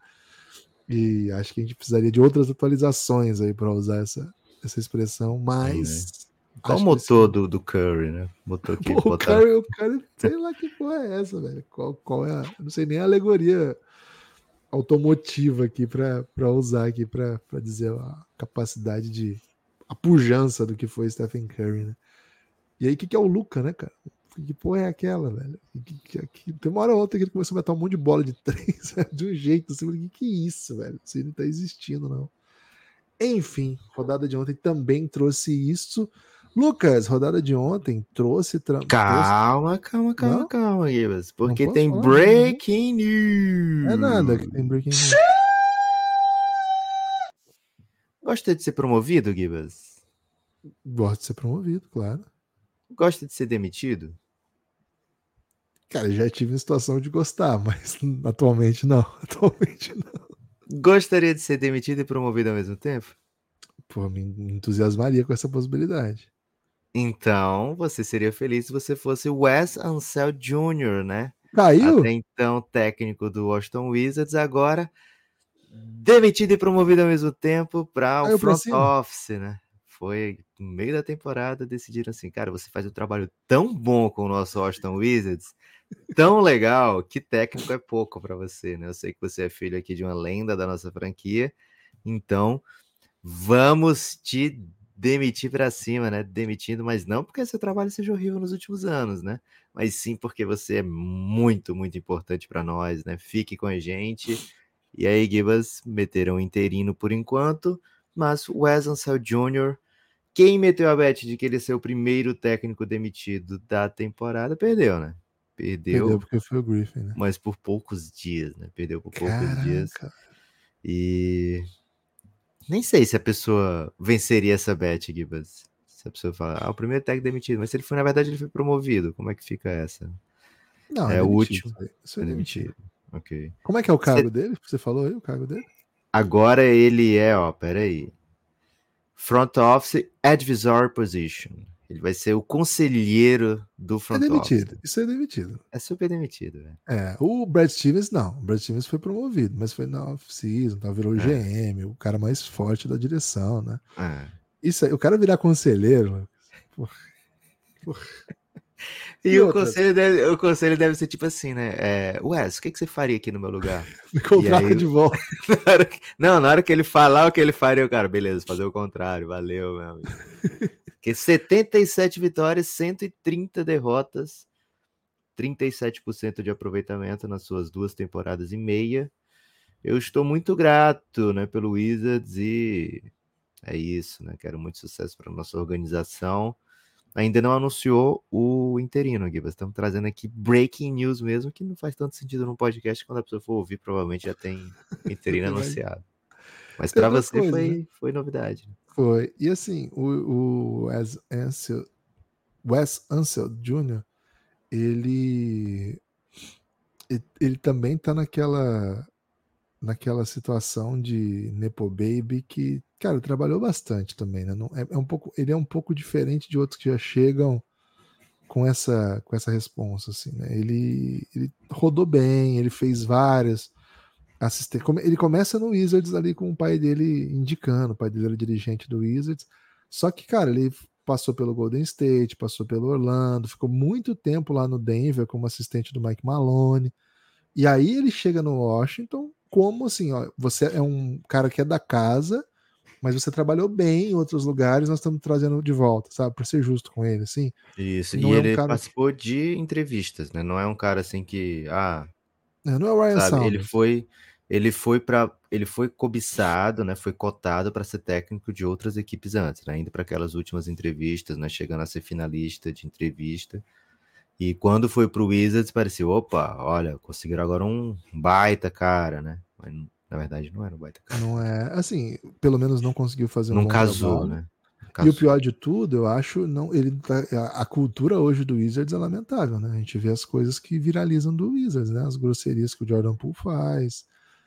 E acho que a gente precisaria de outras atualizações aí para usar essa, essa expressão, mas... Qual o motor do, do Curry, né? Motor que Pô, o Curry, o Curry, sei lá que porra é essa, velho. Qual, qual é a... Eu não sei nem a alegoria automotiva aqui para usar aqui para dizer a capacidade de... a pujança do que foi Stephen Curry, né? E aí, o que, que é o Luka, né, cara? Que porra é aquela, velho? Que, que, que... Tem uma hora ou outra que ele começou a meter um monte de bola de três, de um jeito assim. O que, que é isso, velho? Isso não tá existindo, não. Enfim, rodada de ontem também trouxe isso. Lucas, rodada de ontem trouxe... Tra... Calma, trouxe... calma, calma, não? calma, Gibas. Porque tem falar, breaking não. news. É nada que tem breaking news. Gosta de ser promovido, Gibas? Gosto de ser promovido, claro. Gosta de ser demitido? Cara, já tive em situação de gostar, mas atualmente não. Atualmente não. Gostaria de ser demitido e promovido ao mesmo tempo? Pô, me entusiasmaria com essa possibilidade. Então, você seria feliz se você fosse Wes Unseld Júnior, né? Caiu? Até então técnico do Washington Wizards, agora demitido e promovido ao mesmo tempo para o front office, né? Foi no meio da temporada, decidiram assim, cara, você faz um trabalho tão bom com o nosso Washington Wizards, tão legal, que técnico é pouco para você, né? Eu sei que você é filho aqui de uma lenda da nossa franquia, então vamos te demitir pra cima, né? Demitindo, mas não porque seu trabalho seja horrível nos últimos anos, né? Mas sim porque você é muito, muito importante pra nós, né? Fique com a gente. E aí, Gibas, meteram um interino por enquanto, mas o Wes Unseld Júnior, quem meteu a bet de que ele ia ser o primeiro técnico demitido da temporada, perdeu, né? Perdeu, Perdeu porque foi o Griffin, né? mas por poucos dias, né? Perdeu por poucos dias. Caraca. E nem sei se a pessoa venceria essa bet, Gibas. Se a pessoa falar, ah, o primeiro técnico demitido, mas se ele foi, na verdade, ele foi promovido. Como é que fica essa? Não, É é o demitido. último. Isso aí. Isso É é demitido. demitido. Ok. Como é que é o cargo Cê- dele? Você falou aí o cargo dele? Agora ele é, ó, peraí. Front Office Advisory Position. Ele vai ser o conselheiro do É front demitido. office. Isso é demitido. É super demitido, velho. É, o Brad Stevens não. O Brad Stevens foi promovido, mas foi na off-season, tá, virou o É. G M, o cara mais forte da direção, né? É. Isso aí, o cara virar conselheiro. Porra, porra. E, E o, outras? conselho deve, o conselho deve ser tipo assim, né? É, Wes, o que, que você faria aqui no meu lugar? Me contrata aí- de volta. Na hora que- não, na hora que ele falar o que ele faria, o cara, beleza, fazer o contrário, valeu, meu amigo. Porque setenta e sete vitórias, cento e trinta derrotas, trinta e sete por cento de aproveitamento nas suas duas temporadas e meia. Eu estou muito grato, né, pelo Wizards e é isso, né? Quero muito sucesso para nossa organização. Ainda não anunciou o interino, Gibas. Estamos trazendo aqui breaking news mesmo, que não faz tanto sentido no podcast. Quando a pessoa for ouvir, provavelmente já tem o interino anunciado. Mas Tem para outra você coisa, foi, né? foi novidade. Foi. E assim, o, o Wes Unseld, Wes Unseld Júnior, ele, ele ele também tá naquela naquela situação de Nepo Baby que, cara, trabalhou bastante também, né? Não, é, é um pouco, ele é um pouco diferente de outros que já chegam com essa com essa responsa, assim, né? Ele, ele rodou bem, ele fez várias assistências. Ele começa no Wizards ali com o pai dele indicando, o pai dele era dirigente do Wizards. Só que, cara, ele passou pelo Golden State, passou pelo Orlando, ficou muito tempo lá no Denver como assistente do Mike Malone. E aí ele chega no Washington como assim, ó, você é um cara que é da casa, mas você trabalhou bem em outros lugares, nós estamos trazendo de volta, sabe? Para ser justo com ele, assim. Isso, Não e é um ele cara, participou de entrevistas, né? Não é um cara assim que, ah, é, não é o Ryan sabe, ele Saunders. foi, ele foi para, ele foi cobiçado, né? Foi cotado para ser técnico de outras equipes antes, né? Indo para aquelas últimas entrevistas, né? Chegando a ser finalista de entrevista. E quando foi pro Wizards, parecia, opa, olha, conseguiram agora um baita cara, né? Mas na verdade não era um baita cara. Não é, assim, pelo menos não conseguiu fazer um Não bom casou, trabalho. né? Não E o casou. pior de tudo, eu acho, não, ele tá- a, a cultura hoje do Wizards é lamentável, né? A gente vê as coisas que viralizam do Wizards, né? As grosserias que o Jordan Poole faz,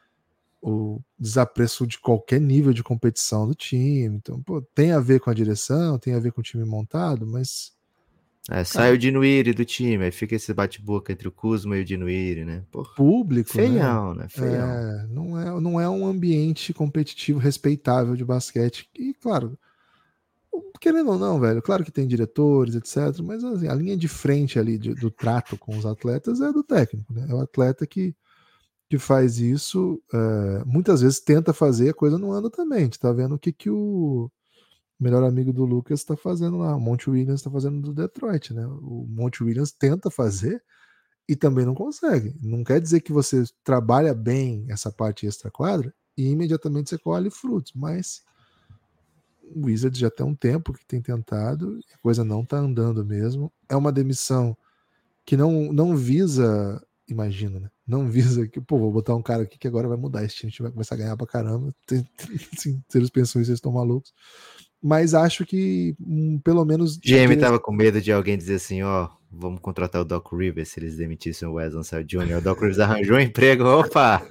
o desapreço de qualquer nível de competição do time. Então, pô, tem a ver com a direção, tem a ver com o time montado, mas É, sai o Dinuiri do time, aí fica esse bate-boca entre o Kuzma e o Dinuiri, né? Porra, público, feião, né? né? Feião. É, não é, não é um ambiente competitivo respeitável de basquete. E, claro, querendo ou não, velho, claro que tem diretores, etcétera, mas assim, a linha de frente ali de- do trato com os atletas é do técnico, né? É o atleta que, que faz isso, é, muitas vezes tenta fazer, a coisa não anda também. A gente tá vendo o que, que o melhor amigo do Lucas está fazendo lá, o Monte Williams está fazendo do Detroit, né? O Monte Williams tenta fazer e também não consegue. Não quer dizer que você trabalha bem essa parte extra-quadra e imediatamente você colhe frutos, mas o Wizards já tem um tempo que tem tentado e a coisa não tá andando mesmo. É uma demissão que não, não visa, imagina, né? Não visa que, pô, vou botar um cara aqui que agora vai mudar esse time, a gente vai começar a ganhar pra caramba. Tem, tem, assim, se eles pensam isso, eles estão malucos. Mas acho que, hum, pelo menos. G M dire- tava com medo de alguém dizer assim, ó, vamos contratar o Doc Rivers se eles demitissem o Wes Unseld Júnior O Doc Rivers arranjou um emprego, opa!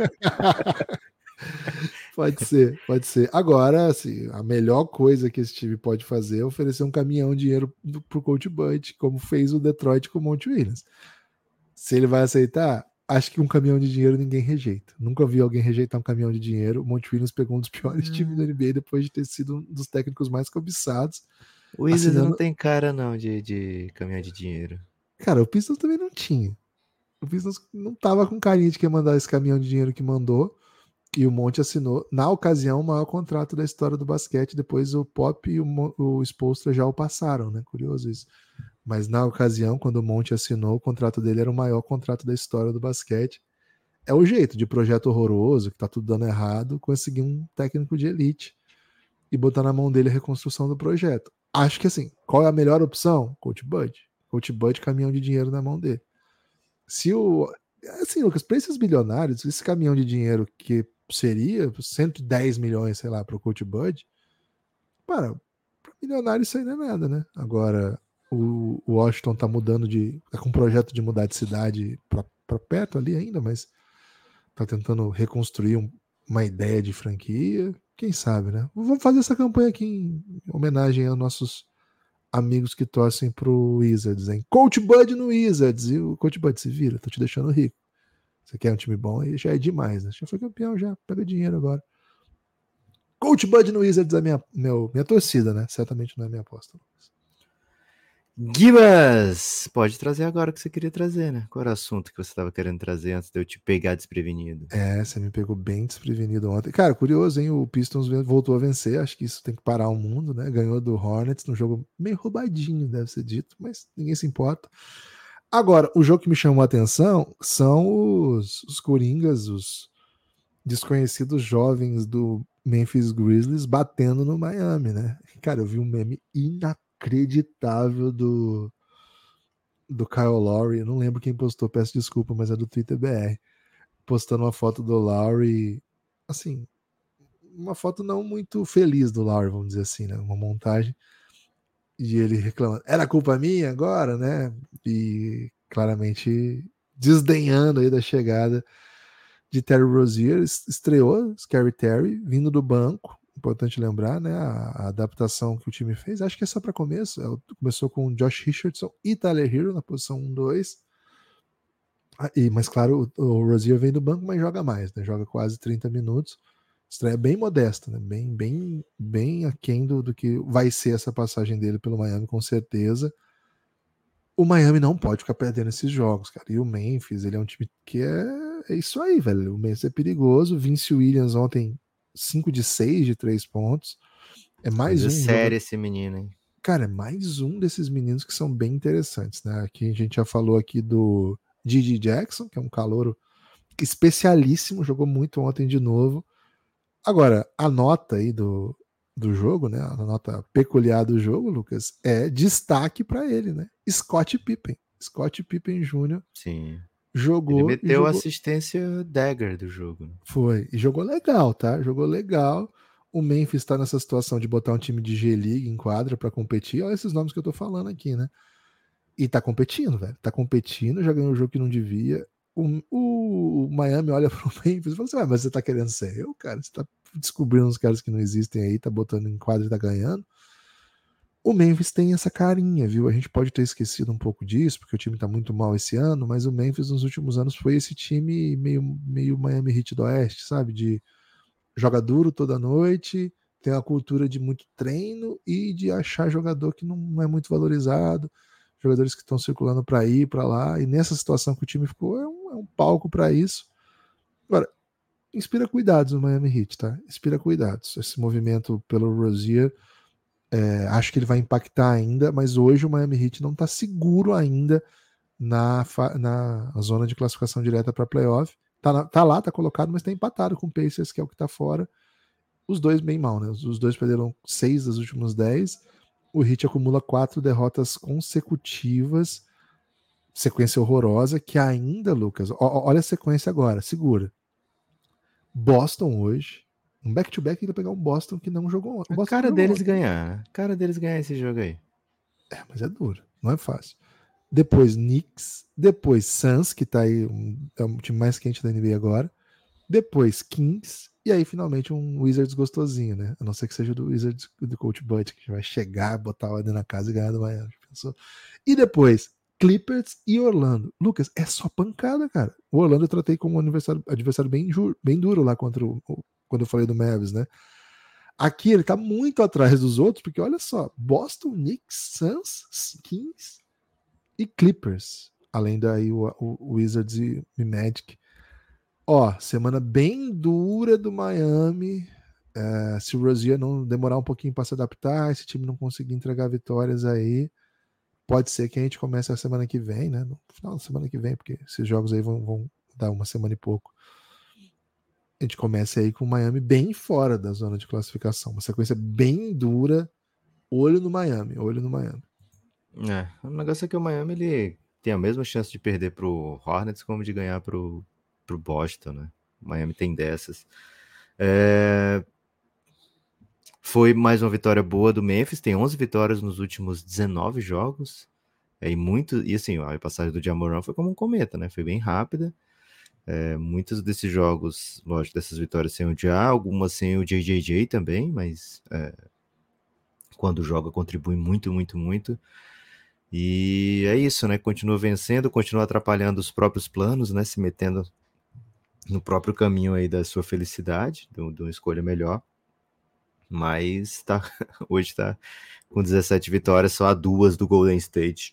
Pode ser, pode ser. Agora, assim, a melhor coisa que esse time pode fazer é oferecer um caminhão de dinheiro do- pro Coach Bud, como fez o Detroit com o Monte Williams. Se ele vai aceitar, acho que um caminhão de dinheiro ninguém rejeita. Nunca vi alguém rejeitar um caminhão de dinheiro. O Monte Williams pegou um dos piores times da N B A depois de ter sido um dos técnicos mais cobiçados. O Wizards Assinando- não tem cara não de, de caminhão de dinheiro. Cara, o Pistons também não tinha. O Pistons não tava com carinha de quem mandar esse caminhão de dinheiro que mandou. E o Monte assinou, na ocasião, o maior contrato da história do basquete. Depois o Pop e o, o Spoelstra já o passaram, né? Curioso isso. Mas na ocasião, quando o Monte assinou, o contrato dele era o maior contrato da história do basquete. É o jeito de projeto horroroso, que tá tudo dando errado, conseguir um técnico de elite e botar na mão dele a reconstrução do projeto. Acho que assim, qual é a melhor opção? Coach Bud. Coach Bud, caminhão de dinheiro na mão dele. Se o... Assim, Lucas, para esses bilionários, esse caminhão de dinheiro que seria cento e dez milhões, sei lá, para o Coach Bud, para, para milionário isso aí não é nada, né? Agora, o, o Washington tá mudando de... tá com um projeto de mudar de cidade para perto ali ainda, mas tá tentando reconstruir um, uma ideia de franquia. Quem sabe, né? Vamos fazer essa campanha aqui em homenagem aos nossos amigos que torcem pro Wizards, hein? Coach Bud no Wizards. E o Coach Bud se vira, tô te deixando rico. Você quer um time bom aí? Já é demais, né? Já foi campeão, já. Pega dinheiro agora. Coach Bud no Wizards é minha, meu, minha torcida, né? Certamente não é minha aposta. Gibas, pode trazer agora o que você queria trazer, né? Qual era o assunto que você estava querendo trazer antes de eu te pegar desprevenido? É, você me pegou bem desprevenido ontem. Cara, curioso, hein? O Pistons voltou a vencer. Acho que isso tem que parar o mundo, né? Ganhou do Hornets num jogo meio roubadinho, deve ser dito, mas ninguém se importa. Agora, o jogo que me chamou a atenção são os, os Coringas, os desconhecidos jovens do Memphis Grizzlies batendo no Miami, né? Cara, eu vi um meme inacreditável do, do Kyle Lowry. Eu não lembro quem postou, peço desculpa, mas é do Twitter B R. Postando uma foto do Lowry, assim, uma foto não muito feliz do Lowry, vamos dizer assim, né? Uma montagem. E ele reclamando, era culpa minha agora, né? E claramente desdenhando aí da chegada de Terry Rozier. Estreou Scary Terry, vindo do banco. Importante lembrar, né? A, a adaptação que o time fez. Acho que é só para começo. Começou com Josh Richardson e Tyler Hero na posição um dois. Ah, e, mas claro, o, o Rozier vem do banco, mas joga mais, né? Joga quase trinta minutos. Estreia bem modesta, né? Bem, bem, bem aquém do, do que vai ser essa passagem dele pelo Miami, com certeza. O Miami não pode ficar perdendo esses jogos, cara. E o Memphis, ele é um time que é, é isso aí, velho. O Memphis é perigoso. Vince Williams ontem, cinco de seis de três pontos. É mais Coisa um sério jogo... esse menino, hein? Cara, é mais um desses meninos que são bem interessantes, né? Aqui a gente já falou aqui do G G Jackson, que é um calouro especialíssimo, jogou muito ontem de novo. Agora, a nota aí do, do jogo, né? A nota peculiar do jogo, Lucas, é destaque para ele, né? Scott Pippen. Scott Pippen Júnior Sim. jogou. Ele meteu jogou... a assistência dagger do jogo. Né? Foi. E jogou legal, tá? Jogou legal. O Memphis está nessa situação de botar um time de G-League em quadra para competir. Olha esses nomes que eu tô falando aqui, né? E tá competindo, velho. Tá competindo, já ganhou o jogo que não devia. O, o, o Miami olha pro Memphis e fala assim: ah, mas você tá querendo ser eu, cara? Você tá descobrindo uns caras que não existem aí, tá botando em quadra e tá ganhando. O Memphis tem essa carinha, viu? A gente pode ter esquecido um pouco disso, porque o time tá muito mal esse ano, mas o Memphis nos últimos anos foi esse time meio, meio Miami Heat do Oeste, sabe? De joga duro toda noite, tem uma cultura de muito treino e de achar jogador que não, não é muito valorizado, jogadores que estão circulando para ir para lá, e nessa situação que o time ficou, é um, é um palco para isso. Agora, inspira cuidados no Miami Heat, tá? Inspira cuidados. Esse movimento pelo Rozier, é, acho que ele vai impactar ainda, mas hoje o Miami Heat não está seguro ainda na, na zona de classificação direta para playoff. Tá, na, tá lá, tá colocado, mas tá empatado com o Pacers, que é o que tá fora. Os dois bem mal, né? Os dois perderam seis das últimas dez. O Heat acumula quatro derrotas consecutivas. Sequência horrorosa, que ainda, Lucas, ó, olha a sequência agora, segura. Boston hoje, um back-to-back, ele vai pegar um Boston que não jogou ontem. A cara deles ganhar, a cara deles ganhar esse jogo aí. É, mas é duro, não é fácil. Depois Knicks, depois Suns, que tá aí, um, é o time mais quente da N B A agora. Depois Kings, e aí finalmente um Wizards gostosinho, né? A não ser que seja do Wizards do Coach Bud, que vai chegar, botar a ordem na casa e ganhar do Miami. Pensou? E depois Clippers e Orlando. Lucas, é só pancada, cara. O Orlando eu tratei como um adversário, adversário bem, bem duro lá contra o, quando eu falei do Mavs, né? Aqui ele tá muito atrás dos outros, porque olha só, Boston, Knicks, Suns, Kings e Clippers, além daí o, o, o Wizards e, e Magic. Ó, semana bem dura do Miami. É, se o Rozier não demorar um pouquinho para se adaptar, esse time não conseguir entregar vitórias aí, pode ser que a gente comece a semana que vem, né? No final da semana que vem, porque esses jogos aí vão, vão dar uma semana e pouco. A gente comece aí com o Miami bem fora da zona de classificação. Uma sequência bem dura. Olho no Miami, olho no Miami. É, o negócio é que o Miami ele tem a mesma chance de perder pro Hornets como de ganhar pro, pro Boston, né? O Miami tem dessas. É... Foi mais uma vitória boa do Memphis, tem onze vitórias nos últimos dezenove jogos. É, e, muito, e assim, a passagem do Ja Morant foi como um cometa, né? Foi bem rápida. É, muitos desses jogos, lógico, dessas vitórias sem o Ja, algumas sem o J J J também, mas é, quando joga contribui muito, muito, muito. E é isso, né? Continua vencendo, continua atrapalhando os próprios planos, né? Se metendo no próprio caminho aí da sua felicidade, de uma escolha melhor. Mas tá, hoje tá com dezessete vitórias, só a duas do Golden State.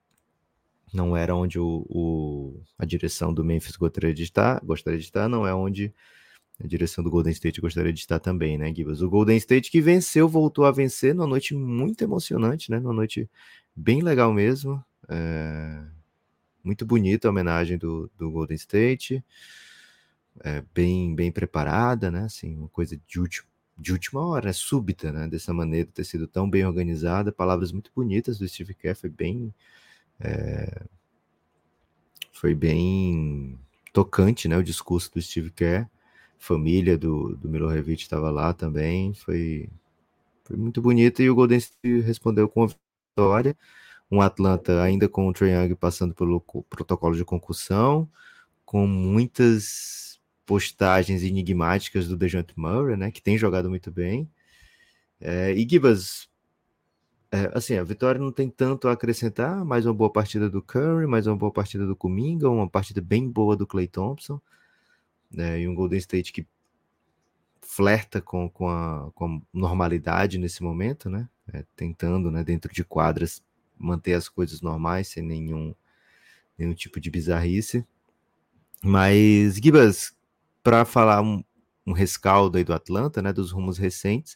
Não era onde o, o, a direção do Memphis gostaria de estar, gostaria de estar, não é onde a direção do Golden State gostaria de estar também, né, Gibas? O Golden State que venceu, voltou a vencer numa noite muito emocionante, né? Numa noite bem legal mesmo. É... Muito bonita a homenagem do, do Golden State. É, bem, bem preparada, né? Assim, uma coisa de, último, de última hora, né? Súbita, né? Dessa maneira, ter sido tão bem organizada. Palavras muito bonitas do Steve Kerr, foi bem... É... Foi bem tocante, né? O discurso do Steve Kerr. Família do, do Milojevic estava lá também. Foi, foi muito bonito. E o Golden State respondeu com a vitória. Um Atlanta ainda com o Trae Young passando pelo protocolo de concussão, com muitas postagens enigmáticas do DeJounte Murray, né? Que tem jogado muito bem. É, e Gibas, é, assim, a vitória não tem tanto a acrescentar. Mais uma boa partida do Curry, mais uma boa partida do Kuminga, uma partida bem boa do Klay Thompson. Né, e um Golden State que flerta com, com, a, com a normalidade nesse momento, né? É, tentando, né, dentro de quadras, manter as coisas normais, sem nenhum, nenhum tipo de bizarrice. Mas, Gibas, para falar um, um rescaldo aí do Atlanta, né, dos rumos recentes,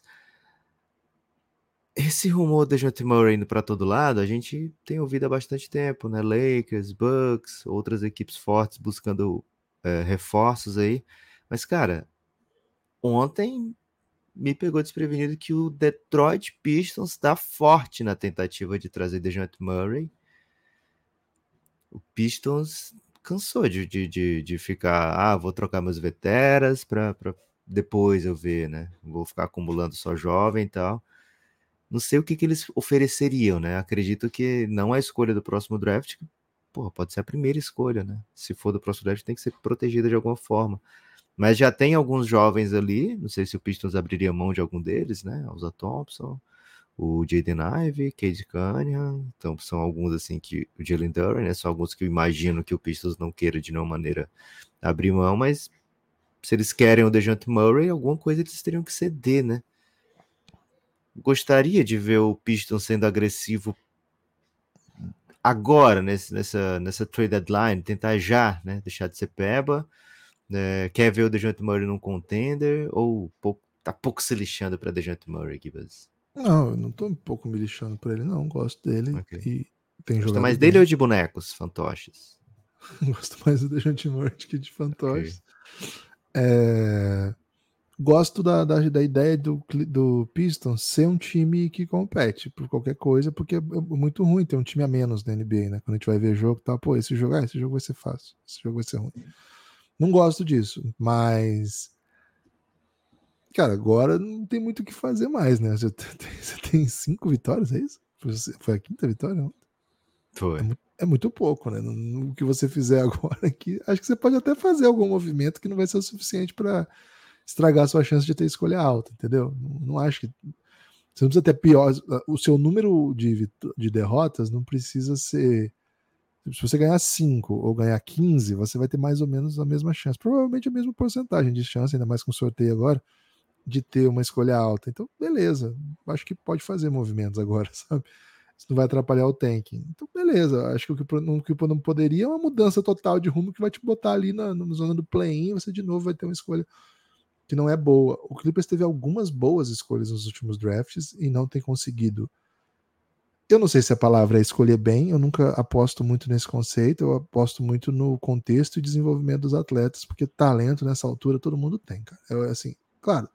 esse rumor da DeJounte Murray indo para todo lado, a gente tem ouvido há bastante tempo, né? Lakers, Bucks, outras equipes fortes buscando é, reforços aí. Mas, cara, ontem me pegou desprevenido que o Detroit Pistons está forte na tentativa de trazer DeJounte Murray. O Pistons cansou de, de, de, de ficar, ah, vou trocar meus veteras para depois eu ver, né? Vou ficar acumulando só jovem e tal. Não sei o que, que eles ofereceriam, né? Acredito que não é a escolha do próximo draft, porra, pode ser a primeira escolha, né? Se for do próximo draft, tem que ser protegida de alguma forma. Mas já tem alguns jovens ali, não sei se o Pistons abriria mão de algum deles, né? Usa Thompson, o Jaden Ivey, Cade Cunningham, então são alguns assim que o Jalen Duren, né? São alguns que eu imagino que o Pistons não queira de nenhuma maneira abrir mão, mas se eles querem o DeJounte Murray, alguma coisa eles teriam que ceder, né? Gostaria de ver o Pistons sendo agressivo agora, nesse, nessa, nessa trade deadline, tentar já, né? Deixar de ser peba. É, quer ver o DeJounte Murray num contender ou pouco, tá pouco se lixando para DeJounte Murray, Gibas? Não, eu não tô um pouco me lixando por ele, não. Gosto dele Okay. e tem Gosta jogado mais bem. dele ou de bonecos, fantoches? Gosto mais do DeJounte Murray que de fantoches. Okay. É... Gosto da, da, da ideia do, do Pistons ser um time que compete por qualquer coisa, porque é muito ruim ter um time a menos na N B A, né? Quando a gente vai ver jogo, tá, pô, esse jogo, ah, esse jogo vai ser fácil, esse jogo vai ser ruim. Não gosto disso, mas cara, agora não tem muito o que fazer mais, né? Você tem, você tem cinco vitórias, é isso? Foi a quinta vitória? Não? Foi. É muito, é muito pouco, né? No, no que você fizer agora aqui, acho que você pode até fazer algum movimento que não vai ser o suficiente para estragar a sua chance de ter escolha alta, entendeu? Não, não acho que você não precisa ter pior. O seu número de, de derrotas não precisa ser. Se você ganhar cinco ou ganhar quinze, você vai ter mais ou menos a mesma chance. Provavelmente a mesma porcentagem de chance, ainda mais com o sorteio agora, de ter uma escolha alta. Então, beleza. Acho que pode fazer movimentos agora, sabe? isso não vai atrapalhar o tanking. Então, beleza, acho que o que o que não poderia é uma mudança total de rumo que vai te botar ali na, na zona do play-in, você de novo vai ter uma escolha que não é boa. O Clippers teve algumas boas escolhas nos últimos drafts e não tem conseguido. Eu não sei se a palavra é escolher bem, eu nunca aposto muito nesse conceito, eu aposto muito no contexto e desenvolvimento dos atletas, porque talento nessa altura todo mundo tem, cara. É assim, claro,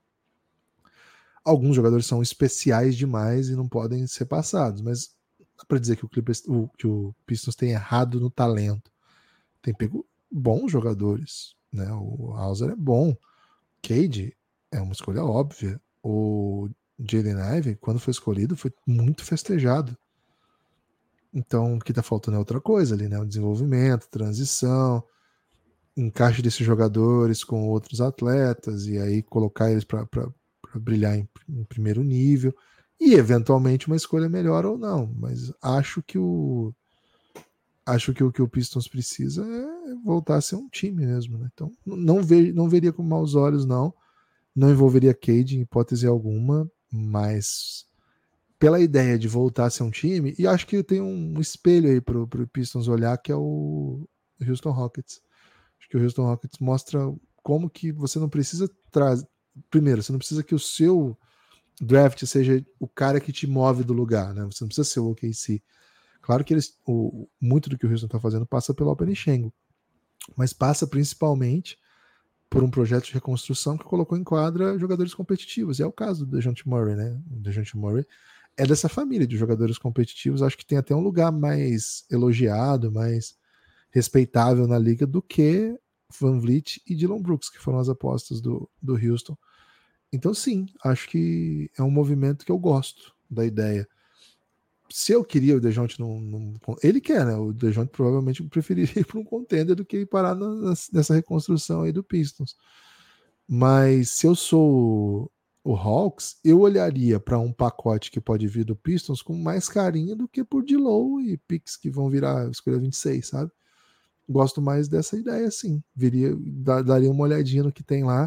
alguns jogadores são especiais demais e não podem ser passados, mas dá pra dizer que o, Clippers, o, que o Pistons tem errado no talento. Tem pego bons jogadores, né? O Hauser é bom, Cade é uma escolha óbvia, o Jaden Ivey, quando foi escolhido, foi muito festejado. Então, o que tá faltando é outra coisa ali, né? O desenvolvimento, transição, encaixe desses jogadores com outros atletas e aí colocar eles para brilhar em, em primeiro nível e eventualmente uma escolha melhor ou não. Mas acho que o acho que o que o Pistons precisa é voltar a ser um time mesmo, né? Então, não, ve, não veria com maus olhos, não. Não envolveria Cade em hipótese alguma, mas pela ideia de voltar a ser um time, e acho que tem um espelho aí pro, pro Pistons olhar, que é o Houston Rockets. Acho que o Houston Rockets mostra como que você não precisa trazer. Primeiro, você não precisa que o seu draft seja o cara que te move do lugar, né? Você não precisa ser o O K C. Claro que eles, o, muito do que o Houston está fazendo passa pelo Alperen Sengun, mas passa principalmente por um projeto de reconstrução que colocou em quadra jogadores competitivos. E é o caso do DeJounte Murray, né? O DeJounte Murray é dessa família de jogadores competitivos. Acho que tem até um lugar mais elogiado, mais respeitável na liga do que Van Vliet e Dillon Brooks, que foram as apostas do, do Houston. Então, sim, acho que é um movimento que eu gosto da ideia. Se eu queria o DeJounte num, num, ele quer, né? O DeJounte provavelmente preferiria ir para um contender do que ir parar na, nessa reconstrução aí do Pistons. Mas se eu sou o Hawks, eu olharia para um pacote que pode vir do Pistons com mais carinho do que por D-Low e picks que vão virar escolha vinte e seis, sabe? Gosto mais dessa ideia, sim. Viria, daria uma olhadinha no que tem lá.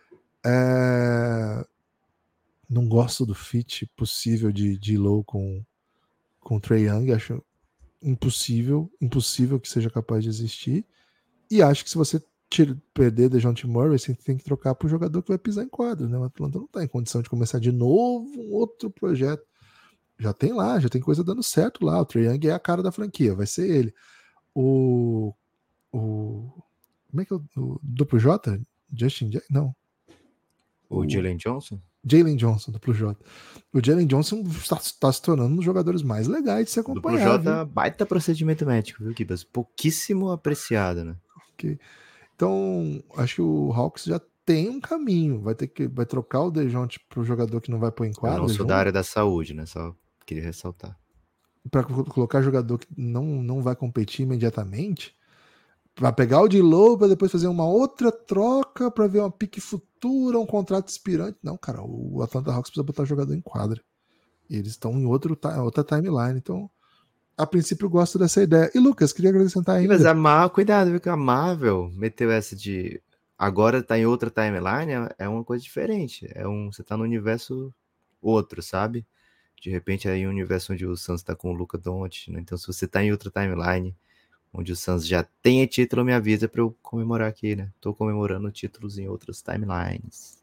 É... Não gosto do fit possível de D-Low com com o Trae Young, acho impossível, impossível que seja capaz de existir, e acho que se você tira, perder DeJounte Murray, você tem que trocar para o jogador que vai pisar em quadro, né? O Atlanta não está em condição de começar de novo um outro projeto, já tem lá, já tem coisa dando certo lá, o Trae Young é a cara da franquia, vai ser ele. O, o como é que é o, o duplo J? Justin Jack? Não. O, o Jalen Johnson? Jalen Johnson, duplo J. O Jalen Johnson está tá se tornando um dos jogadores mais legais de se acompanhar. Duplo J, viu? Baita procedimento médico, viu, Kibas? Pouquíssimo apreciado, né? Okay. Então, acho que o Hawks já tem um caminho. Vai ter que vai trocar o DeJounte para o jogador que não vai pôr em quadra. Eu não sou junto, da área da saúde, né? Só queria ressaltar. Para colocar jogador que não, não vai competir imediatamente. Vai pegar o D-Low para depois fazer uma outra troca para ver uma pique futura, um contrato expirante. Não, cara, o Atlanta Hawks precisa botar jogador em quadra. E eles estão em outro, outra timeline. Então, a princípio, eu gosto dessa ideia. E, Lucas, queria acrescentar ainda. Mas a Marvel, cuidado, viu? Que a Marvel meteu essa de agora tá em outra timeline, é uma coisa diferente. É um, você tá no universo outro, sabe? De repente, aí um universo onde o Suns tá com o Luka Doncic, né? Então, se você tá em outra timeline, onde o Suns já tem título, me avisa para eu comemorar aqui, né? Tô comemorando títulos em outras timelines.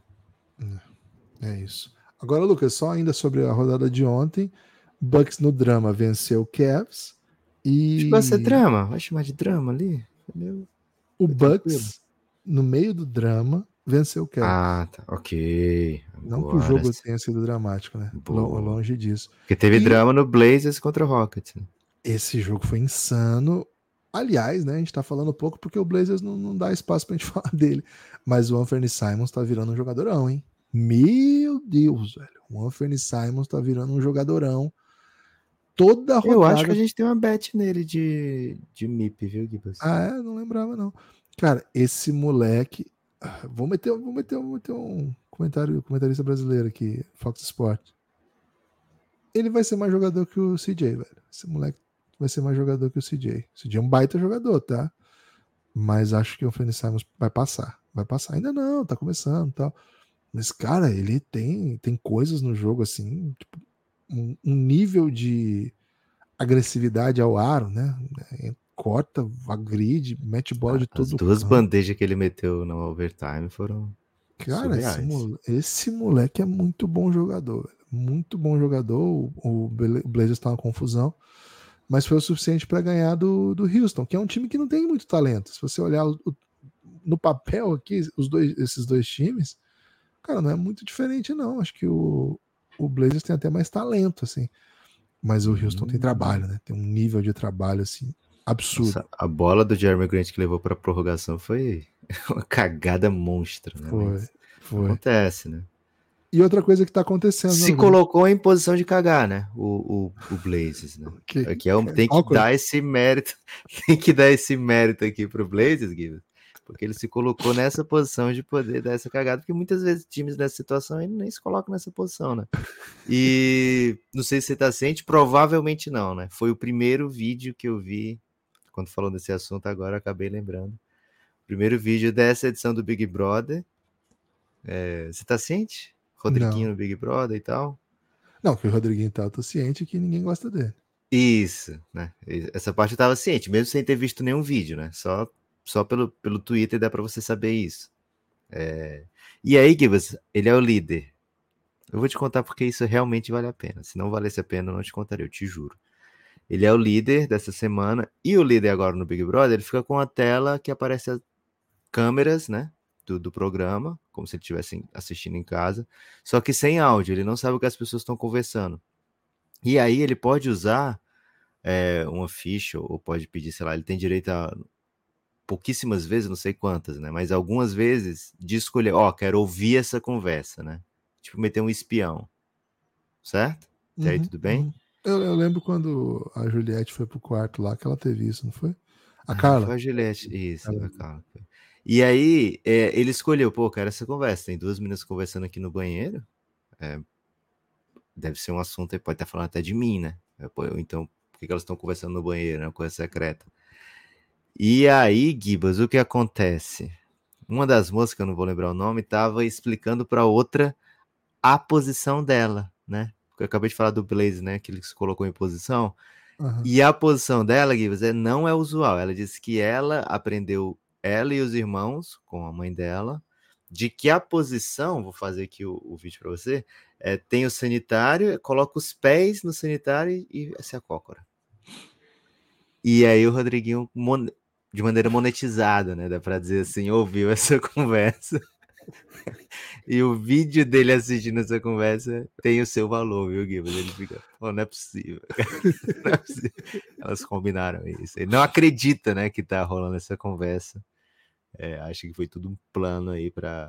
É isso. Agora, Lucas, só ainda sobre a rodada de ontem, Bucks no drama venceu o Cavs e... Tipo, essa drama, vai chamar de drama ali? Meu... O Bucks, no meio do drama, venceu o Cavs. Ah, tá, ok. Agora, não que o jogo tenha sido dramático, né? Boa. Longe disso. Porque teve e... drama no Blazers contra o Rockets, né? Esse jogo foi insano. Aliás, né, a gente tá falando pouco porque o Blazers não, não dá espaço pra gente falar dele. Mas o Anthony Simons tá virando um jogadorão, hein? Meu Deus, velho. O Anthony Simons tá virando um jogadorão. Toda rodada... Eu acho que a gente tem uma bet nele de, de M I P, viu, Gibbs? Ah, é? Não lembrava, não. Cara, esse moleque... Vou meter, vou meter, vou meter um comentário, comentarista brasileiro aqui, Fox Sports. Ele vai ser mais jogador que o C J, velho. Esse moleque vai ser mais jogador que o C J. O C J é um baita jogador, tá? Mas acho que o Anthony Simons vai passar. Vai passar. Ainda não, tá começando e tal. Mas, cara, ele tem, tem coisas no jogo, assim, tipo, um, um nível de agressividade ao aro, né? Corta, agride, mete bola de As todo duas canto. bandejas que ele meteu no overtime foram Cara, esse, surreais. mole- esse moleque é muito bom jogador. velho. Muito bom jogador. O, o Bla- o Blazers tá uma confusão, mas foi o suficiente para ganhar do, do Houston, que é um time que não tem muito talento. Se você olhar o- o- no papel aqui, os dois, esses dois times, cara, não é muito diferente, não. Acho que o, o Blazers tem até mais talento, assim. Mas o Houston tem Hum. trabalho, né? Tem um nível de trabalho, assim, absurdo. Nossa, a bola do Jeremy Grant que levou pra prorrogação foi uma cagada monstra, né? Foi, Mas foi. acontece, né? E outra coisa que tá acontecendo, Se né, colocou em posição de cagar, né? O, o, o Blazers, né? que, Aqui é um, tem que awkward. dar esse mérito, tem que dar esse mérito aqui pro Blazers, Guilherme, porque ele se colocou nessa posição de poder dar essa cagada, porque muitas vezes times nessa situação ele nem se colocam nessa posição, né? E não sei se você tá ciente, provavelmente não, né? Foi o primeiro vídeo que eu vi, quando falando desse assunto agora, eu acabei lembrando. Primeiro vídeo dessa edição do Big Brother. É, você tá ciente? Rodriguinho Não. no Big Brother e tal. Não, que o Rodriguinho tá, eu tô ciente que ninguém gosta dele. Isso, né? Essa parte eu tava ciente, mesmo sem ter visto nenhum vídeo, né? Só, só pelo, pelo Twitter dá pra você saber isso. É... E aí, Gibbs, ele é o líder. Eu vou te contar porque isso realmente vale a pena. Se não valesse a pena, eu não te contaria, eu te juro. Ele é o líder dessa semana, e o líder agora no Big Brother, ele fica com a tela que aparece as câmeras, né? Do, do programa, como se ele estivesse assistindo em casa, só que sem áudio, ele não sabe o que as pessoas estão conversando. E aí ele pode usar é, uma ficha, ou pode pedir, sei lá, ele tem direito a pouquíssimas vezes, não sei quantas, né? Mas algumas vezes de escolher, ó, oh, quero ouvir essa conversa, né? Tipo, meter um espião, certo? Até aí Uhum, tudo bem? uhum. Eu, eu lembro quando a Juliette foi pro quarto lá, que ela teve isso, não foi? A Ah, foi Carla. a Juliette, isso, Ela- a Carla. E aí, é, ele escolheu, pô, quero essa conversa. Tem duas meninas conversando aqui no banheiro. É, deve ser um assunto, ele pode estar falando até de mim, né? Pô, então, por que elas estão conversando no banheiro, né? Coisa secreta. E aí, Gibas, o que acontece? Uma das moças, que eu não vou lembrar o nome, estava explicando para outra a posição dela, né? Porque eu acabei de falar do Blaze, né? Que ele se colocou em posição. Uhum. E a posição dela, Gibas, é, não é usual. Ela disse que ela aprendeu, ela e os irmãos, com a mãe dela, de que a posição, vou fazer aqui o, o vídeo para você, é, tem o sanitário, coloca os pés no sanitário e essa é a cócora. E aí o Rodriguinho, mon... de maneira monetizada, né? Dá pra dizer assim, ouviu essa conversa. E o vídeo dele assistindo essa conversa tem o seu valor, viu, Guilherme? Ele fica, pô, não é possível. Não é possível. Elas combinaram isso. Ele não acredita, né, que tá rolando essa conversa. É, acho que foi tudo um plano aí pra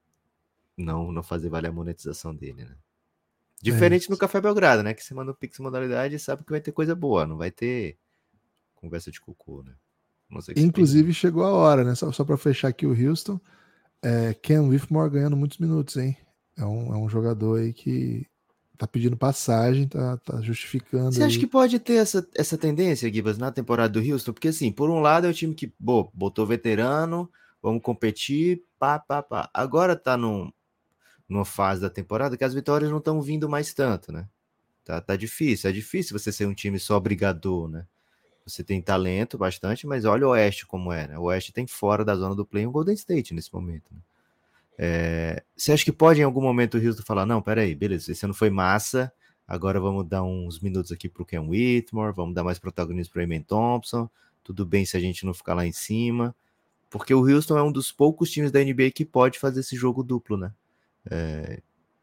não, não fazer valer a monetização dele, né? Diferente É no Café Belgrado, né? Que você manda o Pix modalidade e sabe que vai ter coisa boa, não vai ter conversa de cocô, né? Não sei que você tem. Inclusive chegou a hora, né? Só, só para fechar aqui o Houston, é, Ken Whitmore ganhando muitos minutos, hein? É um, é um jogador aí que tá pedindo passagem, tá, tá justificando Você acha que aí. pode ter essa, essa tendência, Gibas, na temporada do Houston? Porque, assim, por um lado é o time que, pô, botou veterano, vamos competir, pá, pá, pá. Agora tá num, numa fase da temporada que as vitórias não estão vindo mais tanto, né? Tá, tá difícil, é difícil você ser um time só brigador, né? Você tem talento bastante, mas olha o Oeste como é, né? O Oeste tem fora da zona do play um Golden State nesse momento, né? É, você acha que pode em algum momento o Houston falar, não, peraí, beleza, esse ano foi massa, agora vamos dar uns minutos aqui pro Ken Whitmore, vamos dar mais protagonismo pro Amen Thompson, tudo bem se a gente não ficar lá em cima, porque o Houston é um dos poucos times da N B A que pode fazer esse jogo duplo, né? É,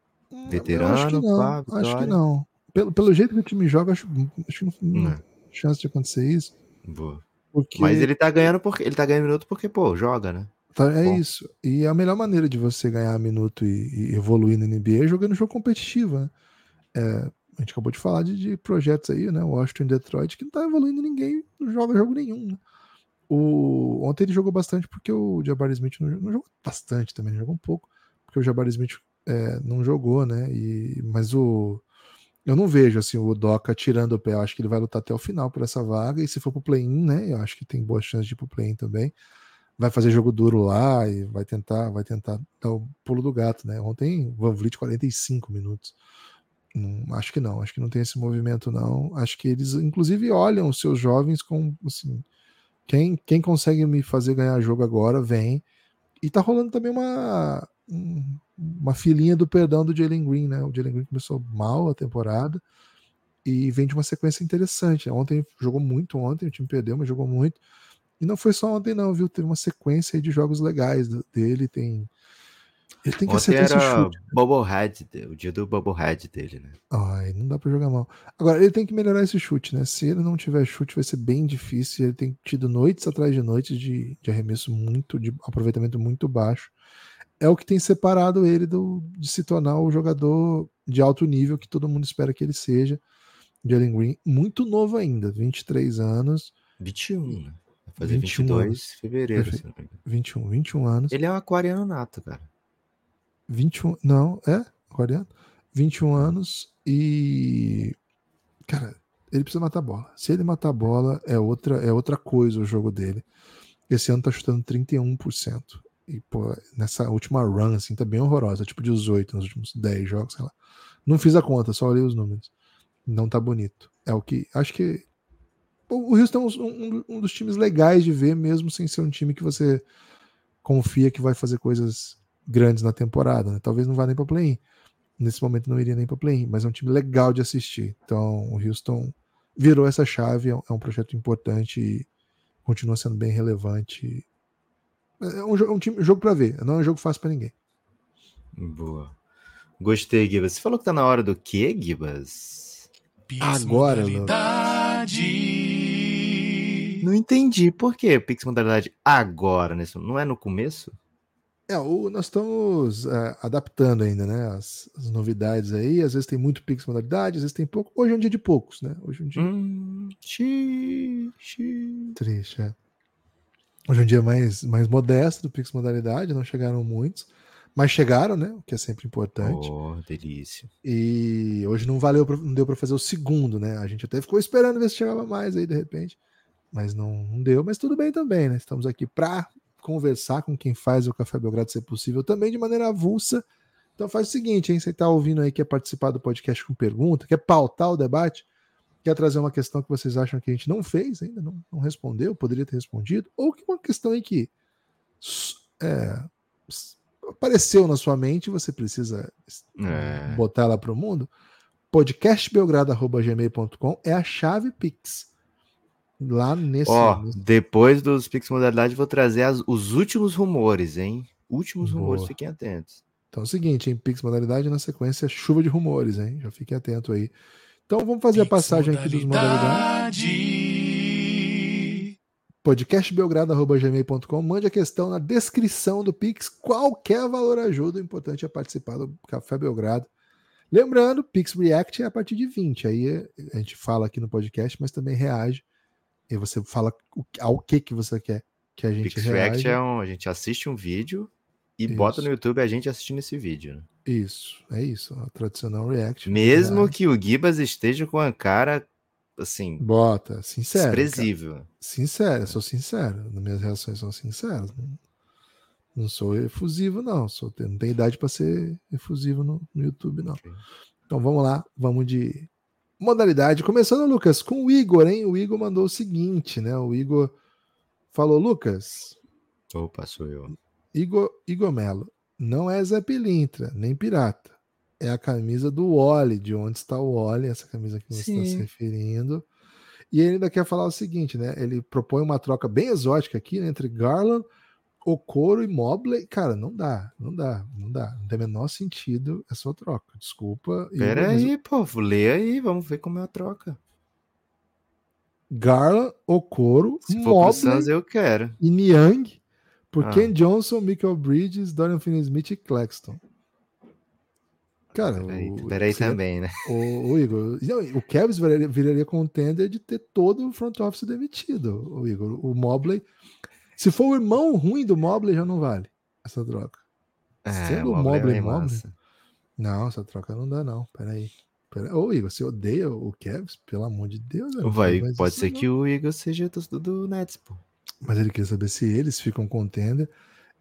Eu acho que veterano, não, pá, acho que vitória. não. Pelo, pelo jeito que o time joga, acho, acho que não, não Não, tem chance de acontecer isso. boa. Mas Porque ele tá ganhando porque ele tá ganhando minuto porque, pô, joga, né? tá, é Bom, isso. E a melhor maneira de você ganhar minuto e, e evoluir na N B A é jogando jogo competitivo, né? É, a gente acabou de falar de, de projetos aí, né? Washington e Detroit, que não tá evoluindo ninguém, não joga jogo nenhum, né? O, ontem ele jogou bastante porque o Jabari Smith não, não jogou bastante também, jogou um pouco, porque o Jabari Smith é, não jogou, né? E, mas o eu não vejo assim o Doca tirando o pé. Eu acho que ele vai lutar até o final por essa vaga. E se for pro play-in, né? Eu acho que tem boas chances de ir pro play-in também. Vai fazer jogo duro lá e vai tentar, vai tentar dar o pulo do gato, né? Ontem, Van Vliet, quarenta e cinco minutos. Não, acho que não, acho que não tem esse movimento, não. Acho que eles, inclusive, olham os seus jovens com, assim, quem, quem consegue me fazer ganhar jogo agora, vem. E tá rolando também uma, um, uma filinha do perdão do Jalen Green, né? O Jalen Green começou mal a temporada e vem de uma sequência interessante. Ontem jogou muito, ontem o time perdeu, mas jogou muito. E não foi só ontem, não, viu? Teve uma sequência aí de jogos legais dele. Tem. Ele tem que Ontem acertar esse era chute. Bubblehead, o dia do Bubblehead dele, né? Ai, não dá pra jogar mal. Agora, ele tem que melhorar esse chute, né? Se ele não tiver chute, vai ser bem difícil. Ele tem tido noites atrás de noites de, de arremesso muito, de aproveitamento muito baixo. É o que tem separado ele do, de se tornar o jogador de alto nível que todo mundo espera que ele seja. Jalen Green, muito novo ainda, vinte e três anos. vinte e um, né? Vai fazer vinte vinte e e um dois anos. em fevereiro. Perfeito. Se não me engano. vinte e um, vinte e um anos. Ele é um aquariano nato, cara. vinte e um, não, é? Aquariano? vinte e um anos e. Cara, ele precisa matar a bola. Se ele matar a bola, é outra, é outra coisa o jogo dele. Esse ano tá chutando trinta e um por cento. E, pô, nessa última run, assim, tá bem horrorosa. Tipo dezoito nos últimos dez jogos, sei lá. Não fiz a conta, só olhei os números. Não tá bonito. É o que. Acho que. O Houston é um, um dos times legais de ver, mesmo sem ser um time que você confia que vai fazer coisas grandes na temporada. Né? Talvez não vá nem pra play-in. Nesse momento não iria nem para play-in, mas é um time legal de assistir. Então o Houston virou essa chave, é um projeto importante e continua sendo bem relevante. É um, um, time, um jogo para ver, não é um jogo fácil para ninguém. Boa. Gostei, Gibas. Você falou que tá na hora do quê, Gibas? Agora, Lu. Não entendi. Por quê Pix Modalidade agora? Nesse... Não é no começo? É, o, nós estamos é, adaptando ainda, né? As, as novidades aí. Às vezes tem muito Pix modalidade, às vezes tem pouco. Hoje é um dia de poucos, né? Hoje é um dia. Hum, xii, xii. Triste, é. Hoje é um dia mais, mais modesto do Pix modalidade, não chegaram muitos, mas chegaram, né? O que é sempre importante. Oh, delícia. E hoje não valeu, pra, não deu para fazer o segundo, né? A gente até ficou esperando ver se chegava mais aí de repente, mas não, não deu. Mas tudo bem também, né? Estamos aqui para conversar com quem faz o Café Belgrado ser possível também de maneira avulsa. Então faz o seguinte, hein? Você está ouvindo aí, quer participar do podcast com pergunta, quer pautar o debate, quer trazer uma questão que vocês acham que a gente não fez ainda, não, não respondeu, poderia ter respondido, ou que uma questão aí que é, apareceu na sua mente e você precisa é. botar ela para o mundo, podcast belgrado arroba gmail ponto com é a chave Pix. Lá nesse... Ó, nesse... depois dos Pix Modalidade, vou trazer as, os últimos rumores, hein? Últimos Boa. rumores, fiquem atentos. Então é o seguinte, hein? Pix Modalidade na sequência, chuva de rumores, hein? Já fiquem atento aí. Então vamos fazer Pix a passagem modalidade. Aqui dos modalidades. podcast belgrado arroba gmail ponto com. Mande a questão na descrição do Pix. Qualquer valor ajuda. O importante é participar do Café Belgrado. Lembrando, Pix React é a partir de vinte. Aí a gente fala aqui no podcast, mas também reage. E você fala ao que, que você quer que a gente Pix reaja. React é um... A gente assiste um vídeo e isso. Bota no YouTube a gente assistindo esse vídeo. Né? Isso, é isso. A tradicional React. Mesmo reage. Que o Gibas esteja com a cara... assim, bota, sincero. Desprezível. Cara. Sincero, eu sou sincero. As minhas reações são sinceras. Não, não sou efusivo, não. Sou, não tenho idade para ser efusivo no, no YouTube, não. Okay. Então vamos lá, vamos de modalidade. Começando, Lucas, com o Igor, hein? O Igor mandou o seguinte, né? O Igor falou, Lucas. Opa, sou eu. Igor, Igor Melo, não é Zé Pilintra, nem pirata. É a camisa do Wally, de onde está o Wally, essa camisa que você Sim. está se referindo. E ele ainda quer falar o seguinte, né? Ele propõe uma troca bem exótica aqui, né, entre Garland, Okoro e Mobley. Cara, não dá, não dá, não dá. Não tem o menor sentido essa troca. Desculpa. Pera aí, mas... povo, lê aí, vamos ver como é a troca. Garland, Okoro, Se for Mobley Suns, eu quero. e Niang por Ah. Ken Johnson, Michael Bridges, Dorian Finney-Smith e Claxton. Cara, peraí, o, peraí seria, também, né? O, o Igor, o Cavs viraria, viraria contender de ter todo o front office demitido, o Igor. O Mobley, se for o irmão ruim do Mobley, já não vale essa troca. É, Sendo o Mobley, Mobley, é Mobley, massa. não, essa troca não dá, não. Peraí. Peraí. Ô, Igor, você odeia o Cavs? Pelo amor de Deus. Vai, pode ser não. Que o Igor seja do, do Nets, pô. Mas ele queria saber se eles ficam contender.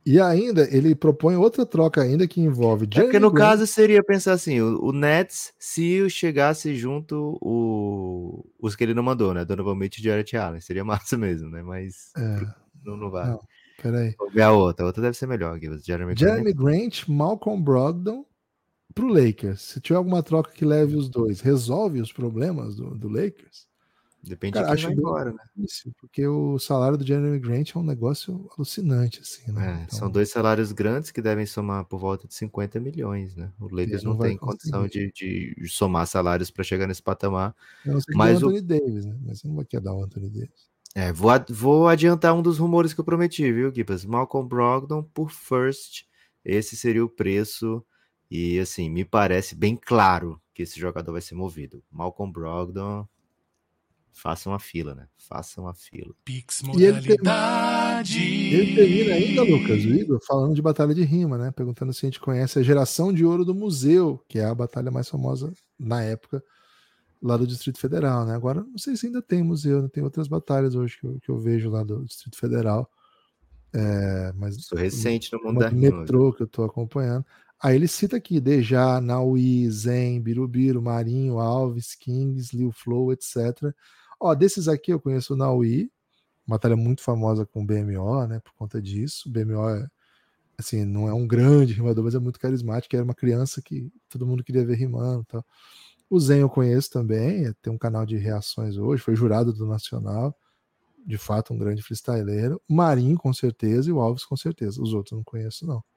E ainda, ele propõe outra troca ainda que envolve É porque no Grant, caso seria pensar assim, o, o Nets, se chegasse junto o, os que ele não mandou, né? Donovan Mitchell e Jarrett Allen, seria massa mesmo, né? Mas é, não, não vai. não, peraí. Vou ver a outra, a outra deve ser melhor, Gibas. Jeremy Grant. Jeremy Grant, Malcolm Brogdon pro Lakers. Se tiver alguma troca que leve os dois, resolve os problemas do, do Lakers? Depende Cara, de quem acho vai bem embora, né? difícil, porque o salário do Jeremy Grant é um negócio alucinante, assim, né? É, Então, são dois salários grandes que devem somar por volta de cinquenta milhões, né? O Lakers não não vai tem condição conseguir. de, de somar salários para chegar nesse patamar. A não ser que dê o Mas o, Anthony Davis, né? Mas você não vai querer dar o Anthony Davis. é, vou, ad- vou adiantar um dos rumores que eu prometi, viu, Gibas? Malcolm Brogdon por first. Esse seria o preço. E, assim, me parece bem claro que esse jogador vai ser movido. Malcolm Brogdon, faça uma fila, né? Faça uma fila. Pix E ele, tem- modalidade. ele termina ainda, Lucas, o Igor, falando de batalha de rima, né? Perguntando se a gente conhece a geração de ouro do museu, que é a batalha mais famosa na época lá do Distrito Federal, né? Agora, não sei se ainda tem museu, né? Tem outras batalhas hoje que eu, que eu vejo lá do Distrito Federal. É, mas Sou recente no mundo uma da do rima. metrô que eu tô acompanhando. Aí ele cita aqui Dejá, Naui, Zen, Birubiru, Marinho, Alves, Kings, Lil Flow, etcétera. Ó, desses aqui eu conheço o Naui, batalha muito famosa com o B M O, né? Por conta disso. O B M O é, assim, não é um grande rimador, mas é muito carismático. Era uma criança que todo mundo queria ver rimando e tal. O Zen eu conheço também, tem um canal de reações hoje, foi jurado do Nacional. De fato, um grande freestyleiro. O Marinho, com certeza, e o Alves, com certeza. Os outros eu não conheço, não.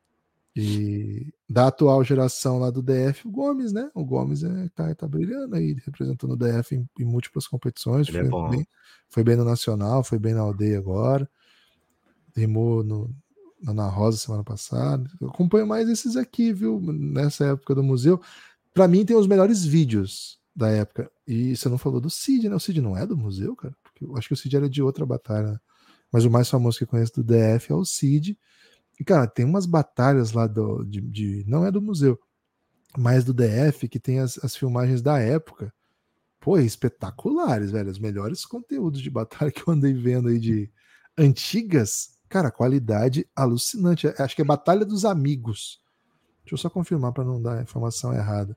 E da atual geração lá do D F, o Gomes, né? O Gomes é, tá, tá brilhando aí, representando o D F em, em múltiplas competições. Ele foi, é bom. bem, foi bem no Nacional, foi bem na aldeia agora. Rimou no, na Ana Rosa semana passada. Eu acompanho mais esses aqui, viu? Nessa época do museu. Pra mim, tem os melhores vídeos da época. E você não falou do Cid, né? O Cid não é do museu, cara? Porque eu acho que o Cid era de outra batalha. Né? Mas o mais famoso que eu conheço do D F é o Cid. E, cara, tem umas batalhas lá do, de, de não é do museu, mas do D F, que tem as, as filmagens da época. Pô, espetaculares, velho. Os melhores conteúdos de batalha que eu andei vendo aí de antigas. Cara, qualidade alucinante. Acho que é Batalha dos Amigos. Deixa eu só confirmar para não dar a informação errada.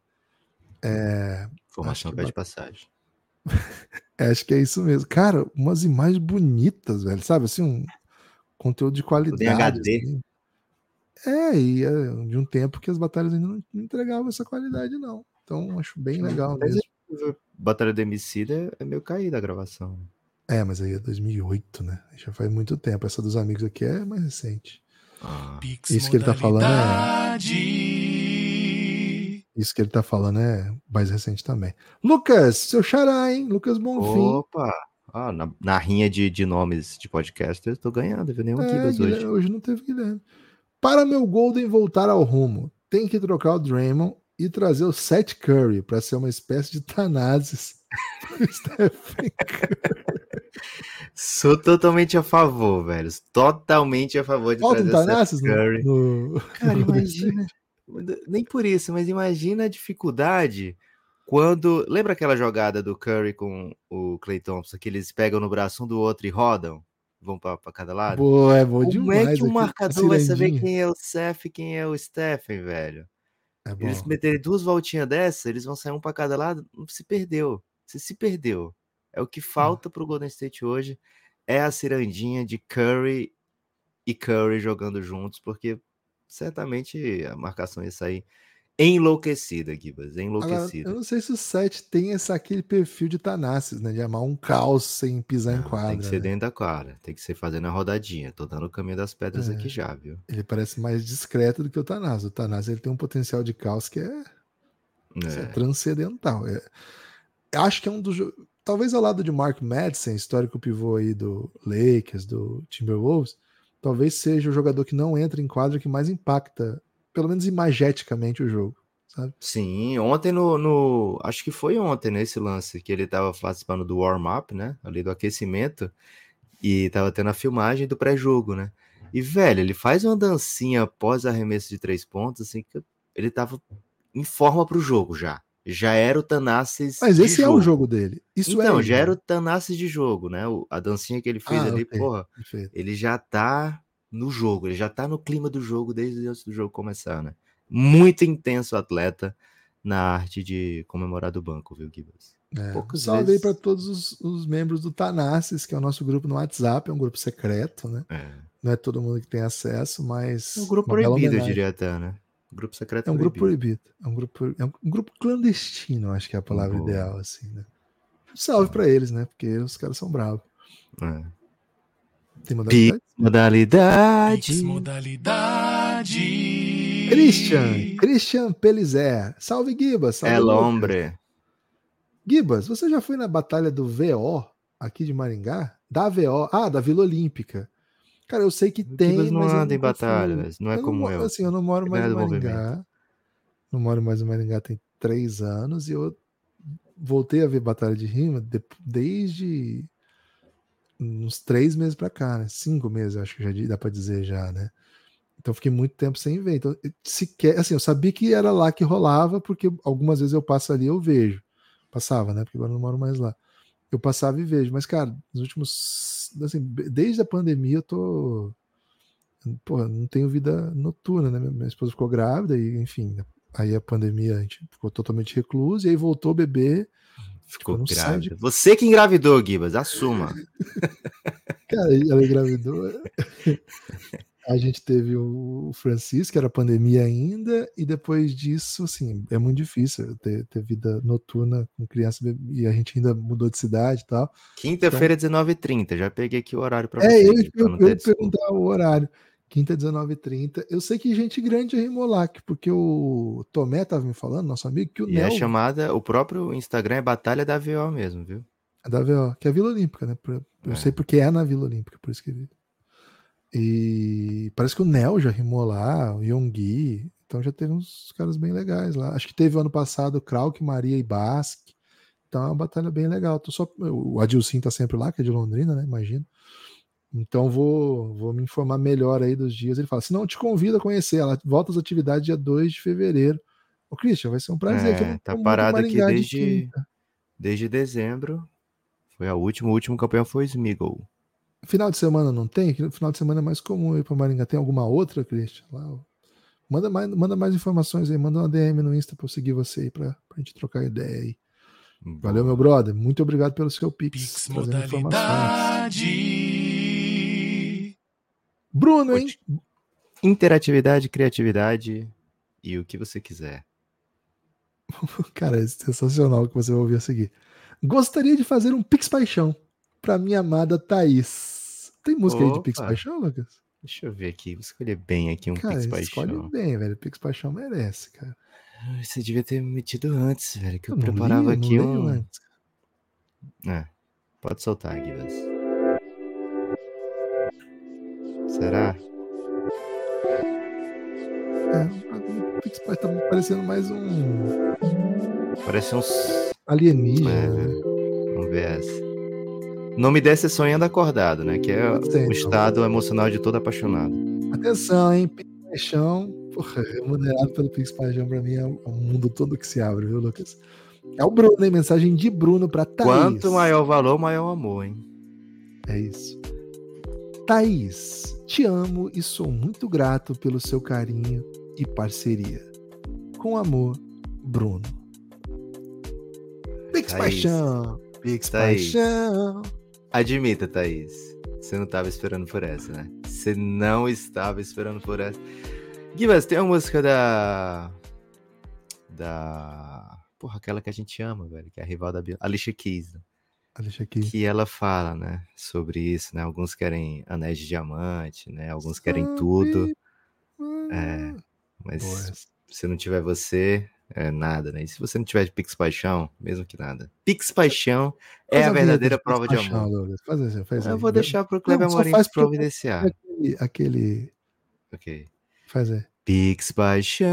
É, Informação acho pede que, passagem. acho que é isso mesmo. Cara, umas imagens bonitas, velho. Sabe, assim, um conteúdo de Tudo em qualidade. H D. Assim. É, e é de um tempo que as batalhas ainda não entregavam essa qualidade, não. Então, acho bem legal Mas mesmo. a Batalha do Emicida é meio caída a gravação. É, mas aí é dois mil e oito, né? Já faz muito tempo. Essa dos amigos aqui é mais recente. Ah. Isso que ele tá falando é... Isso que ele tá falando é mais recente também. Lucas, seu xará, hein? Lucas Bonfim. Opa! Ah, na, na rinha de, de nomes de podcast, eu tô ganhando, viu? Nenhum É, Kibas Guilherme, hoje. hoje não teve Guilherme. Para meu Golden voltar ao rumo, tem que trocar o Draymond e trazer o Seth Curry para ser uma espécie de Thanasis pro Stephen Curry. Sou totalmente a favor, velho. Totalmente a favor de Falta um trazer o Thanasis Seth no, Curry. no... Cara, no imagina. Nem por isso, mas imagina a dificuldade quando... Lembra aquela jogada do Curry com o Klay Thompson, que eles pegam no braço um do outro e rodam? Vão para cada lado? Boa, é bom Como demais. é que o aqui, marcador vai saber quem é o Seth e quem é o Stephen, velho? É bom. Eles meterem duas voltinhas dessa, eles vão sair um para cada lado, se perdeu. Você se perdeu. É o que falta pro Golden State hoje, é a cirandinha de Curry e Curry jogando juntos, porque certamente a marcação ia sair enlouquecida, Gibas, enlouquecida. Agora, eu não sei se o Seth tem essa, aquele perfil de Thanasis, né? De amar um caos sem pisar Não, em quadra. tem que ser né? dentro da quadra, tem que ser fazendo a rodadinha. Tô dando o caminho das pedras É. aqui já, viu? Ele parece mais discreto do que o Thanasis. O Thanasis ele tem um potencial de caos que é, É. é transcendental. É, acho que é um dos. Talvez ao lado de Mark Madsen, histórico pivô aí do Lakers, do Timberwolves, talvez seja o jogador que não entra em quadra que mais impacta, pelo menos imageticamente, o jogo. Sabe? Sim, ontem no, no. Acho que foi ontem nesse lance que ele tava participando do warm-up, né? Ali do aquecimento. E tava tendo a filmagem do pré-jogo, né? E, velho, ele faz uma dancinha após arremesso de três pontos, assim, que ele tava em forma pro jogo já. Já era o Thanasis Mas de esse jogo. é o jogo dele. Isso então, é já ele. era o Thanasis de jogo, né? O, a dancinha que ele fez ah, ali, okay. porra, Perfeito. ele já tá no jogo, ele já tá no clima do jogo desde antes do jogo começar, né? Muito intenso o atleta na arte de comemorar do banco, viu, Gibas? É, Poucas salve vezes... aí para todos os, os membros do Tanassis, que é o nosso grupo no WhatsApp, é um grupo secreto, né? É. Não é todo mundo que tem acesso, mas É um grupo uma bela proibido, eu homenagem. diria até, né? Grupo secreto É um grupo proibido. proibido. É um grupo, é um grupo clandestino, acho que é a palavra Boa. ideal, assim, né? Salve para eles, né? Porque os caras são bravos. É. Tem modalidade? Pix modalidade. Pix modalidade. Christian, Christian Pelizer. Salve, Gibas. Salve, El Lucas. hombre. Gibas, você já foi na batalha do V O aqui de Maringá? Da V O, ah, da Vila Olímpica. Cara, eu sei que O tem, Gibas não mas eu anda em nunca batalha, fui. mas não é eu como não, eu. Assim, eu não moro Ele mais não é em do movimento. Maringá. Não moro mais em Maringá tem três anos e eu voltei a ver batalha de rima de- desde uns três meses pra cá, né? Cinco meses, acho que já di- dá pra dizer já, né? Então eu fiquei muito tempo sem ver. Então, sequer, assim, eu sabia que era lá que rolava, porque algumas vezes eu passo ali e eu vejo. Passava, né? Porque agora eu não moro mais lá. Eu passava e vejo. Mas, cara, nos últimos. Assim, desde a pandemia eu tô. Porra, não tenho vida noturna, né? Minha esposa ficou grávida e, enfim. Aí a pandemia a gente ficou totalmente recluso e aí voltou a beber. Ficou Tipo, eu não saio de. grávida. Você que engravidou, Gibas, assuma. Cara, ela engravidou. A gente teve o Francisco, que era pandemia ainda, e depois disso, assim, é muito difícil ter, ter vida noturna com criança, e a gente ainda mudou de cidade e tal. Quinta-feira, dezenove e trinta. Já peguei aqui o horário pra É, você. eu, Gui, pra eu, não eu ter ia desculpa. perguntar o horário. Quinta, dezenove e trinta. Eu sei que gente grande rimou lá, que- porque o Tomé tava me falando, nosso amigo, que o E é Nel chamada, o próprio Instagram é Batalha da V O mesmo, viu? é da V O, que é a Vila Olímpica, né? Por- Eu É. sei porque é na Vila Olímpica, por isso que ele. E parece que o Nel já rimou lá, o Yonggi. Então já teve uns caras bem legais lá. Acho que teve ano passado Krauk, Maria e Basque. Então é uma batalha bem legal. Tô só, o Adilcim tá sempre lá, que é de Londrina, né? Imagino. Então vou, vou me informar melhor aí dos dias. Ele fala: se não, te convido a conhecer. Ela volta às atividades dia dois de fevereiro. Ô, Christian, vai ser um prazer, que eu É, não tá tô muito em parado aqui Maringá de desde, quinta. desde dezembro. Foi a última, o último campeão foi Smigol. Final de semana não tem? Final de semana é mais comum ir para Maringá. Tem alguma outra, Christian? Lá, manda, mais, manda mais informações aí. Manda uma D M no Insta para eu seguir você aí, para a gente trocar ideia aí. Boa. Valeu, meu brother. Muito obrigado pelo seu Pix. Pix Trazendo informações. modalidade. Bruno, hein? Interatividade, criatividade e o que você quiser. Cara, é sensacional o que você vai ouvir a seguir. Gostaria de fazer um Pix Paixão para minha amada Thaís. Tem música aí de Pix Opa. Paixão, Lucas? Deixa eu ver aqui, vou escolher bem aqui um Cara, Pix escolhe Paixão. bem, velho. Pix Paixão merece, cara. Você devia ter me metido antes, velho, que eu, Eu não preparava li, não aqui leio um... antes. É, pode soltar, Guivas. Será? É, o Pix Paixão tá parecendo mais um Parece uns... alienígena, É, né? vamos ver essa. O nome dessa é Sonhando Acordado, né? Que é Pode ser, o então. estado emocional de todo apaixonado. Atenção, hein? Pix Paixão. Porra, remunerado pelo Pix Paixão pra mim é o mundo todo que se abre, viu, Lucas? É o Bruno, hein? Mensagem de Bruno pra Thaís. Quanto maior o valor, maior o amor, hein? É isso. Thaís, te amo e sou muito grato pelo seu carinho e parceria. Com amor, Bruno. Pix Thaís. Paixão. Pix Thaís. Paixão. Admita, Thaís, você não estava esperando por essa, né? Você não estava esperando por essa. Guivas, tem uma música da... Da... Porra, aquela que a gente ama, velho, que é a rival da Beyoncé, Alicia Keys, né? Deixa aqui. Que ela fala, né, sobre isso, né? Alguns querem anéis de diamante, né? Alguns querem tudo. É, mas Boa. se não tiver você, é nada, né? E se você não tiver de Pix Paixão, mesmo que nada. Pix Paixão é Faz a a vinheta verdadeira de Pix prova de Paixão, amor. Lucas. Faz assim, faz Eu aí. vou deixar pro Kleber Não, só Amorim faz porque eu providenciar. Aquele, aquele. Ok. Faz aí. Pix Paixão.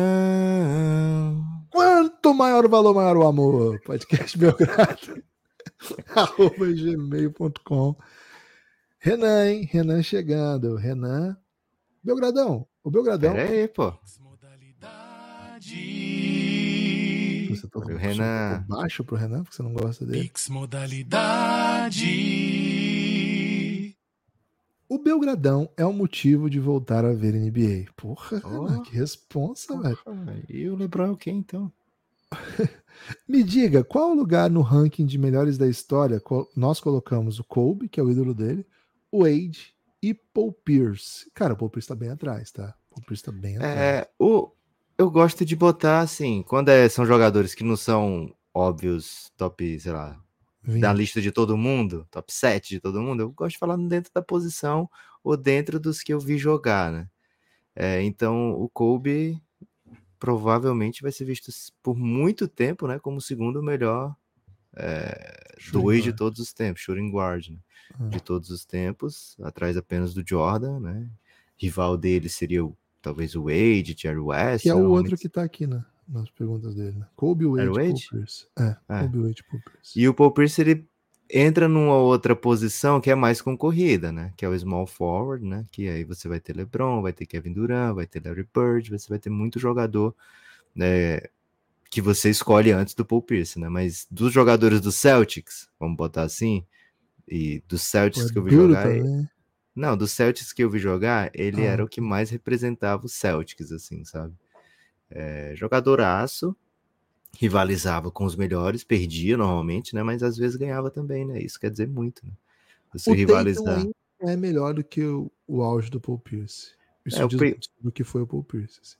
Quanto maior o valor, maior o amor. Podcast Belgrado. arroba gmail ponto com. Renan, hein? Renan chegando. Renan. Belgradão. O Belgradão. Pera aí, pô. Pix modalidade. Você tocou, O você Renan. tocou baixo pro Renan, porque você não gosta dele. Pix modalidade. O Belgradão é um motivo de voltar a ver N B A. Porra, Oh. Renan, que responsa, velho. E o LeBron é o quê, então? Me diga, qual lugar no ranking de melhores da história co- nós colocamos o Kobe, que é o ídolo dele, o Wade e Paul Pierce? Cara, o Paul Pierce tá bem atrás, tá? O Paul Pierce tá bem atrás. É, o, eu gosto de botar, assim, quando é- são jogadores que não são óbvios top, sei lá, da vinte. lista de todo mundo, top sete de todo mundo, eu gosto de falar dentro da posição ou dentro dos que eu vi jogar, né? É, então, o Kobe provavelmente vai ser visto por muito tempo, né, como o segundo melhor é, Shooting dois de guard. todos os tempos, shooting guard, né, Ah. de todos os tempos, atrás apenas do Jordan, né? Rival dele seria o, talvez o Wade, Jerry West. Que é o normalmente- outro que tá aqui na, nas perguntas dele, né? Kobe, Wade, Era o Paul Wade? Pierce. É, É. Kobe, Wade, Paul Pierce. E o Paul Pierce, ele entra numa outra posição que é mais concorrida, né? Que é o small forward, né? Que aí você vai ter LeBron, vai ter Kevin Durant, vai ter Larry Bird, você vai ter muito jogador, né, que você escolhe antes do Paul Pierce, né? Mas dos jogadores do Celtics, vamos botar assim, e dos Pô, Celtics é que eu vi duro jogar... também. Não, dos Celtics que eu vi jogar, ele Ah, era o que mais representava os Celtics, assim, sabe? É, jogadoraço, rivalizava com os melhores, perdia normalmente, né? Mas às vezes ganhava também, né? Isso quer dizer muito, né? Você O Tatum rivalizar. ainda é melhor do que o, o auge do Paul Pierce. Isso É, o diz pri- muito sobre o que foi o Paul Pierce. assim.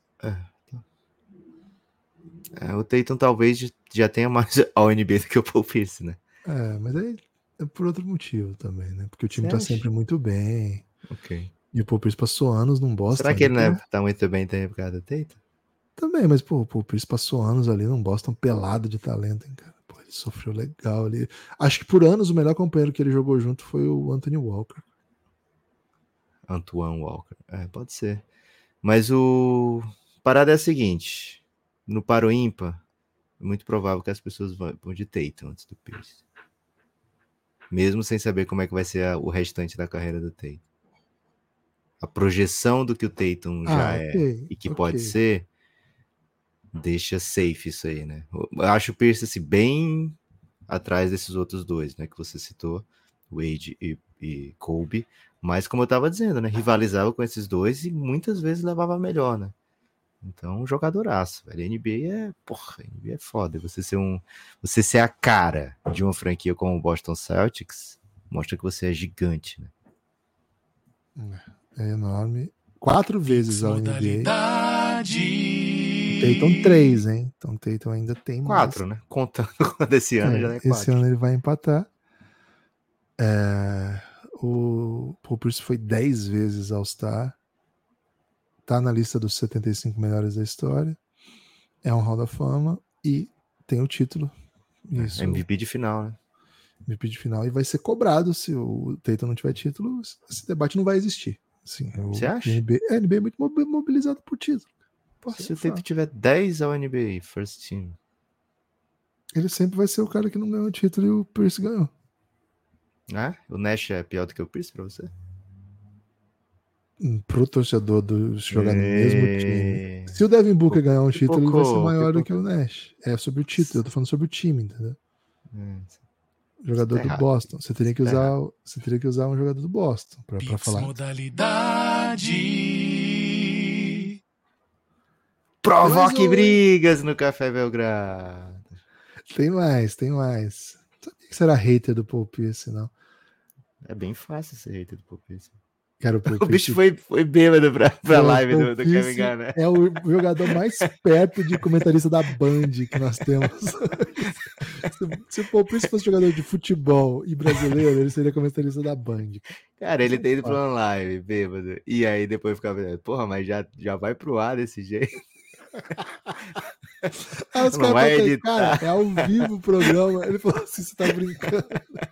É, o Tatum talvez já tenha mais ao N B A do que o Paul Pierce, né? É, mas aí é por outro motivo também, né? Porque o time Você tá acha? sempre muito bem. Ok. E o Paul Pierce passou anos num Boston. Será que ele ali, não pô. é, tá muito bem também por causa do Tatum? Também, mas pô, o Paul Pierce passou anos ali num Boston pelado de talento, hein, cara. Pô, ele sofreu legal ali. Acho que por anos o melhor companheiro que ele jogou junto foi o Anthony Walker. Antoine Walker. É, pode ser. Mas o parada é a seguinte: no paro ímpar, é muito provável que as pessoas vão vão de Tatum antes do Pierce. Mesmo sem saber como é que vai ser a- o restante da carreira do Tatum. A projeção do que o Tatum já Ah, é ok, e que ok. pode ser, deixa safe isso aí, né? Eu acho o Pierce assim, bem atrás desses outros dois, né? Que você citou, Wade e, e Kobe. Mas como eu tava dizendo, né? Rivalizava com esses dois e muitas vezes levava a melhor, né? Então, jogadoraço, velho. N B A é, porra, N B A é foda. Você ser um, você ser a cara de uma franquia como o Boston Celtics, mostra que você é gigante, né? É enorme. Quatro vezes ao N B A. Modalidade. Tatum três, hein? Então Tatum ainda tem Quatro, mais. né? Contando com a desse ano, já é É, esse quatro. ano ele vai empatar. É, o Paul Pierce foi dez vezes All-Star. Tá na lista dos setenta e cinco melhores da história. É um Hall da Fama e tem o título. Isso, M V P de final, né? M V P de final. E vai ser cobrado se o Tatum não tiver título. Esse debate não vai existir. Assim, o Você acha? N B A, a N B A é muito mobi- mobilizado por título. Posso Se o falar. Tatum tiver dez ao N B A, first team. Ele sempre vai ser o cara que não ganhou o título e o Pierce ganhou. Ah, o Nash é pior do que o Pierce pra você? Hum, Pro torcedor do jogar no mesmo time. É... Se o Devin Booker ganhar um título, ele vai ser Pipocou, maior do que pipocou. o Nash. É sobre o título, eu tô falando sobre o time, entendeu? Hum, Jogador tá do errado. Boston. Você teria que Tá usar, errado. você teria que usar um jogador do Boston pra, pra Pix falar. modalidade. Provoque Mais um, hein? brigas no Café Belgrado. Tem mais, tem mais. Não sabia que você era hater do Paul Pierce, não. É bem fácil ser hater do Paul Pierce. Cara, o Paul O bicho Pierce- foi, foi bêbado pra, pra Não, live Paul do, do Pierce Kevin Garnett. é o jogador mais perto de comentarista da Band que nós temos. se, se o Paul Pierce fosse jogador de futebol e brasileiro, ele seria comentarista da Band. Cara, ele Isso é tem ido pra fato. uma live, bêbado. E aí depois ficava, porra, mas já, já vai pro ar desse jeito. Aí os Não caras vai perguntam, editar. cara, é ao vivo o programa. Ele falou assim, você tá brincando.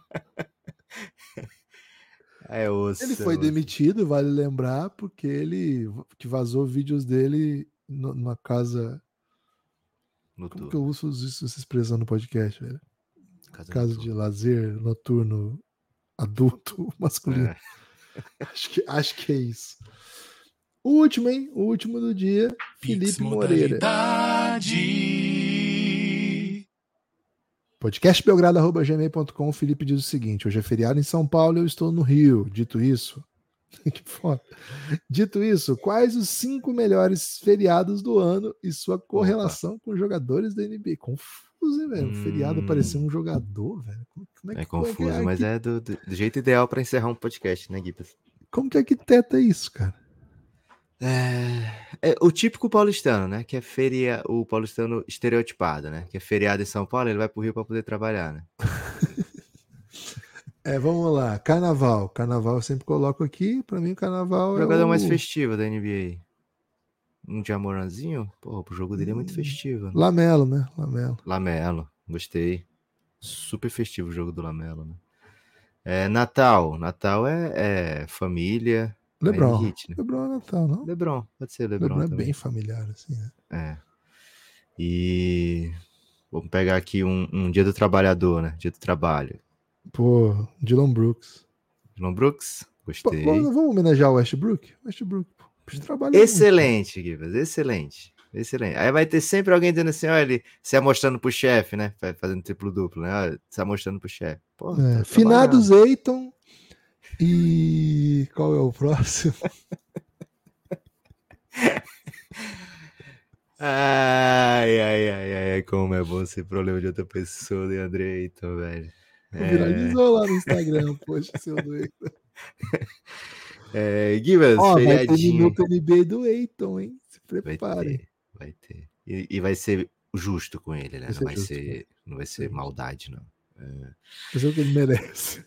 É osso. Ele é foi osso. demitido, vale lembrar, porque ele que vazou vídeos dele no- numa casa. No Como turno. que eu uso isso- essa expressão no podcast, velho? Casa Casa no de turno. lazer noturno adulto masculino. É. Acho, que, acho que é isso. O último, hein? O último do dia, Pix Felipe Moreira. modalidade. podcast belgrado arroba gmail ponto com. O Felipe diz o seguinte: hoje é feriado em São Paulo e eu estou no Rio. Dito isso, Que foda. Dito isso, quais os cinco melhores feriados do ano e sua correlação Opa. com jogadores da N B A? Confuso, hein, velho? Um hum... feriado parecer um jogador, velho. Como é, que, é confuso, como é que é mas que... é do, do, do jeito ideal para encerrar um podcast, né, Guibas? Como que arquiteta isso, cara? É, é o típico paulistano, né? Que é feria, o paulistano estereotipado, né? Que é feriado em São Paulo, ele vai pro Rio para poder trabalhar, né? É, vamos lá. Carnaval. Carnaval eu sempre coloco aqui. Pra mim, o carnaval o é jogador o... mais festivo da N B A. Um Jamoranzinho? Pô, o jogo dele é muito festivo. Né? Lamelo, né? Lamelo. Lamelo. Gostei. Super festivo o jogo do Lamelo, né? É, Natal. Natal é, é família. LeBron. Hit, né? LeBron é Natal, não? LeBron. Pode ser LeBron, LeBron é também. bem familiar, assim, né? É. E... Vamos pegar aqui um, um dia do trabalhador, né? Dia do trabalho. Pô, Dillon Brooks. Dillon Brooks? Gostei. Pô, vamos homenagear o Westbrook? Westbrook, pô. Excelente, Gibas, excelente. Excelente. Aí vai ter sempre alguém dizendo assim, olha, ele se amostrando pro chefe, né? Fazendo triplo-duplo, né? Olha, se amostrando pro chefe. É, tá finados Eiton e... Qual é o próximo? Ai, ai, ai, ai, como é bom ser problema de outra pessoa, de André Eiton, velho. É... Viralizou lá no Instagram, poxa, seu do Eiton. É, Gibas, Ó, feriadinho. Vai ter minuto N B A do Eiton, hein? Se preparem. Vai ter, vai ter. E, e vai ser justo com ele, né? Vai não, vai justo, ser, não vai ser maldade, não. É... Mas é o que ele merece.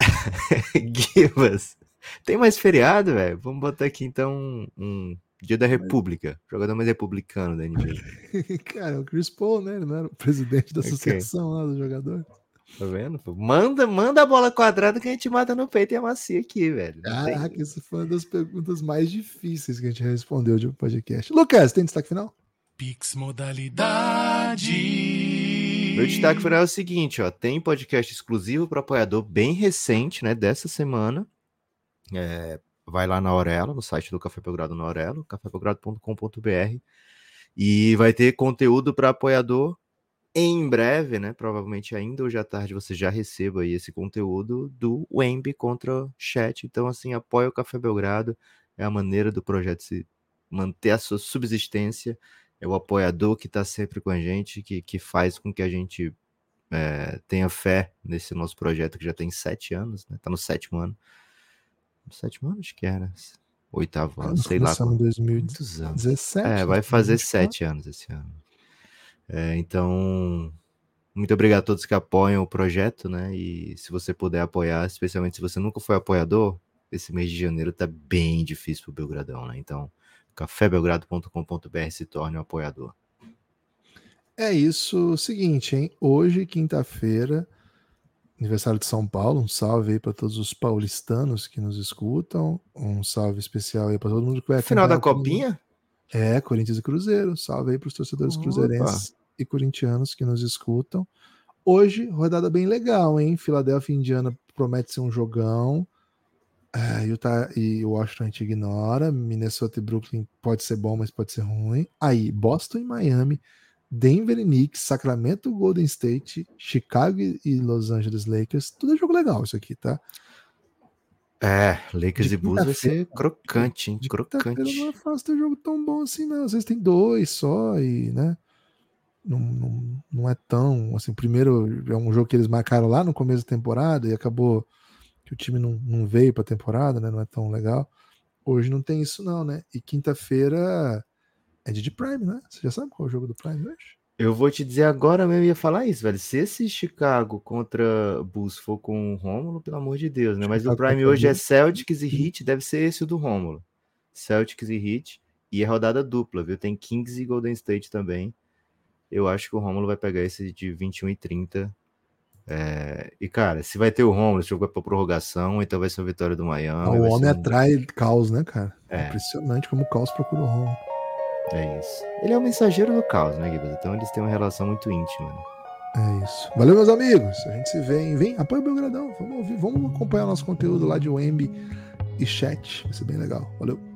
Gibas, tem mais feriado, velho? Vamos botar aqui, então, um, um Dia da República. Mas... Jogador mais republicano da N B A. Cara, o Chris Paul, né? Ele não era o presidente da associação okay. lá dos jogadores. Tá vendo? Manda, manda a bola quadrada que a gente mata no peito e amacia aqui, velho. Caraca, tem... isso foi uma das perguntas mais difíceis que a gente respondeu de um podcast. Lucas, tem destaque final? Pix Modalidade. Meu destaque final é o seguinte, ó. Tem podcast exclusivo para apoiador bem recente, né? Dessa semana. É, vai lá na Aurelo, no site do Café Belgrado na Aurelo, café belgrado ponto com ponto b r. E vai ter conteúdo para apoiador em breve, né? Provavelmente ainda hoje à tarde você já receba aí esse conteúdo do Wemby contra o Chat. Então, assim, apoia o Café Belgrado. É a maneira do projeto se manter a sua subsistência. É o apoiador que está sempre com a gente, que, que faz com que a gente é, tenha fé nesse nosso projeto que já tem sete anos, né? Tá no sétimo ano. No sétimo ano, acho que era. Oitavo ano, sei lá. Em dois mil e dezessete. É, vai fazer sete anos esse ano. É, então, muito obrigado a todos que apoiam o projeto, né? E se você puder apoiar, especialmente se você nunca foi apoiador, esse mês de janeiro tá bem difícil pro Belgradão, né? Então, café belgrado ponto com ponto b r se torne um apoiador. É isso, seguinte, hein? Hoje, quinta-feira, aniversário de São Paulo, um salve aí para todos os paulistanos que nos escutam, um salve especial aí para todo mundo que vai acompanhar. Final da Copinha? É, Corinthians e Cruzeiro. Salve aí para os torcedores Opa. cruzeirenses e corintianos que nos escutam. Hoje, rodada bem legal, hein? Filadélfia e Indiana promete ser um jogão. É, Utah e Washington a gente ignora. Minnesota e Brooklyn pode ser bom, mas pode ser ruim. Aí, Boston e Miami, Denver e Knicks, Sacramento e Golden State, Chicago e Los Angeles Lakers. Tudo é jogo legal isso aqui, tá? É, Lakers e Bulls vai ser crocante, hein? Crocante. Não é fácil ter um jogo tão bom assim, não. Às vezes tem dois só e, né? Não, não, não é tão. Assim, primeiro é um jogo que eles marcaram lá no começo da temporada e acabou que o time não, não veio pra temporada, né? Não é tão legal. Hoje não tem isso, não, né? E quinta-feira é dia de Prime, né? Você já sabe qual é o jogo do Prime hoje? Eu vou te dizer agora mesmo, ia falar isso, velho. Se esse Chicago contra Bulls for com o Rômulo, pelo amor de Deus, né? Mas Chicago o Prime hoje é Celtics e Heat, deve ser esse o do Rômulo. Celtics e Heat, e é rodada dupla, viu? Tem Kings e Golden State também. Eu acho que o Rômulo vai pegar esse de vinte e um e trinta. É... E, cara, se vai ter o Rômulo, esse jogo vai pra prorrogação, então vai ser a vitória do Miami. Ah, o homem um... atrai caos, né, cara? É. Impressionante como o caos procura o Rômulo. É isso. Ele é o mensageiro do caos, né, Guilherme? Então eles têm uma relação muito íntima, né? É isso. Valeu, meus amigos. A gente se vê, hein? Vem, apoia o Belgradão. Vamos ouvir, vamos acompanhar nosso conteúdo lá de Wemby e Chat. Vai ser bem legal. Valeu.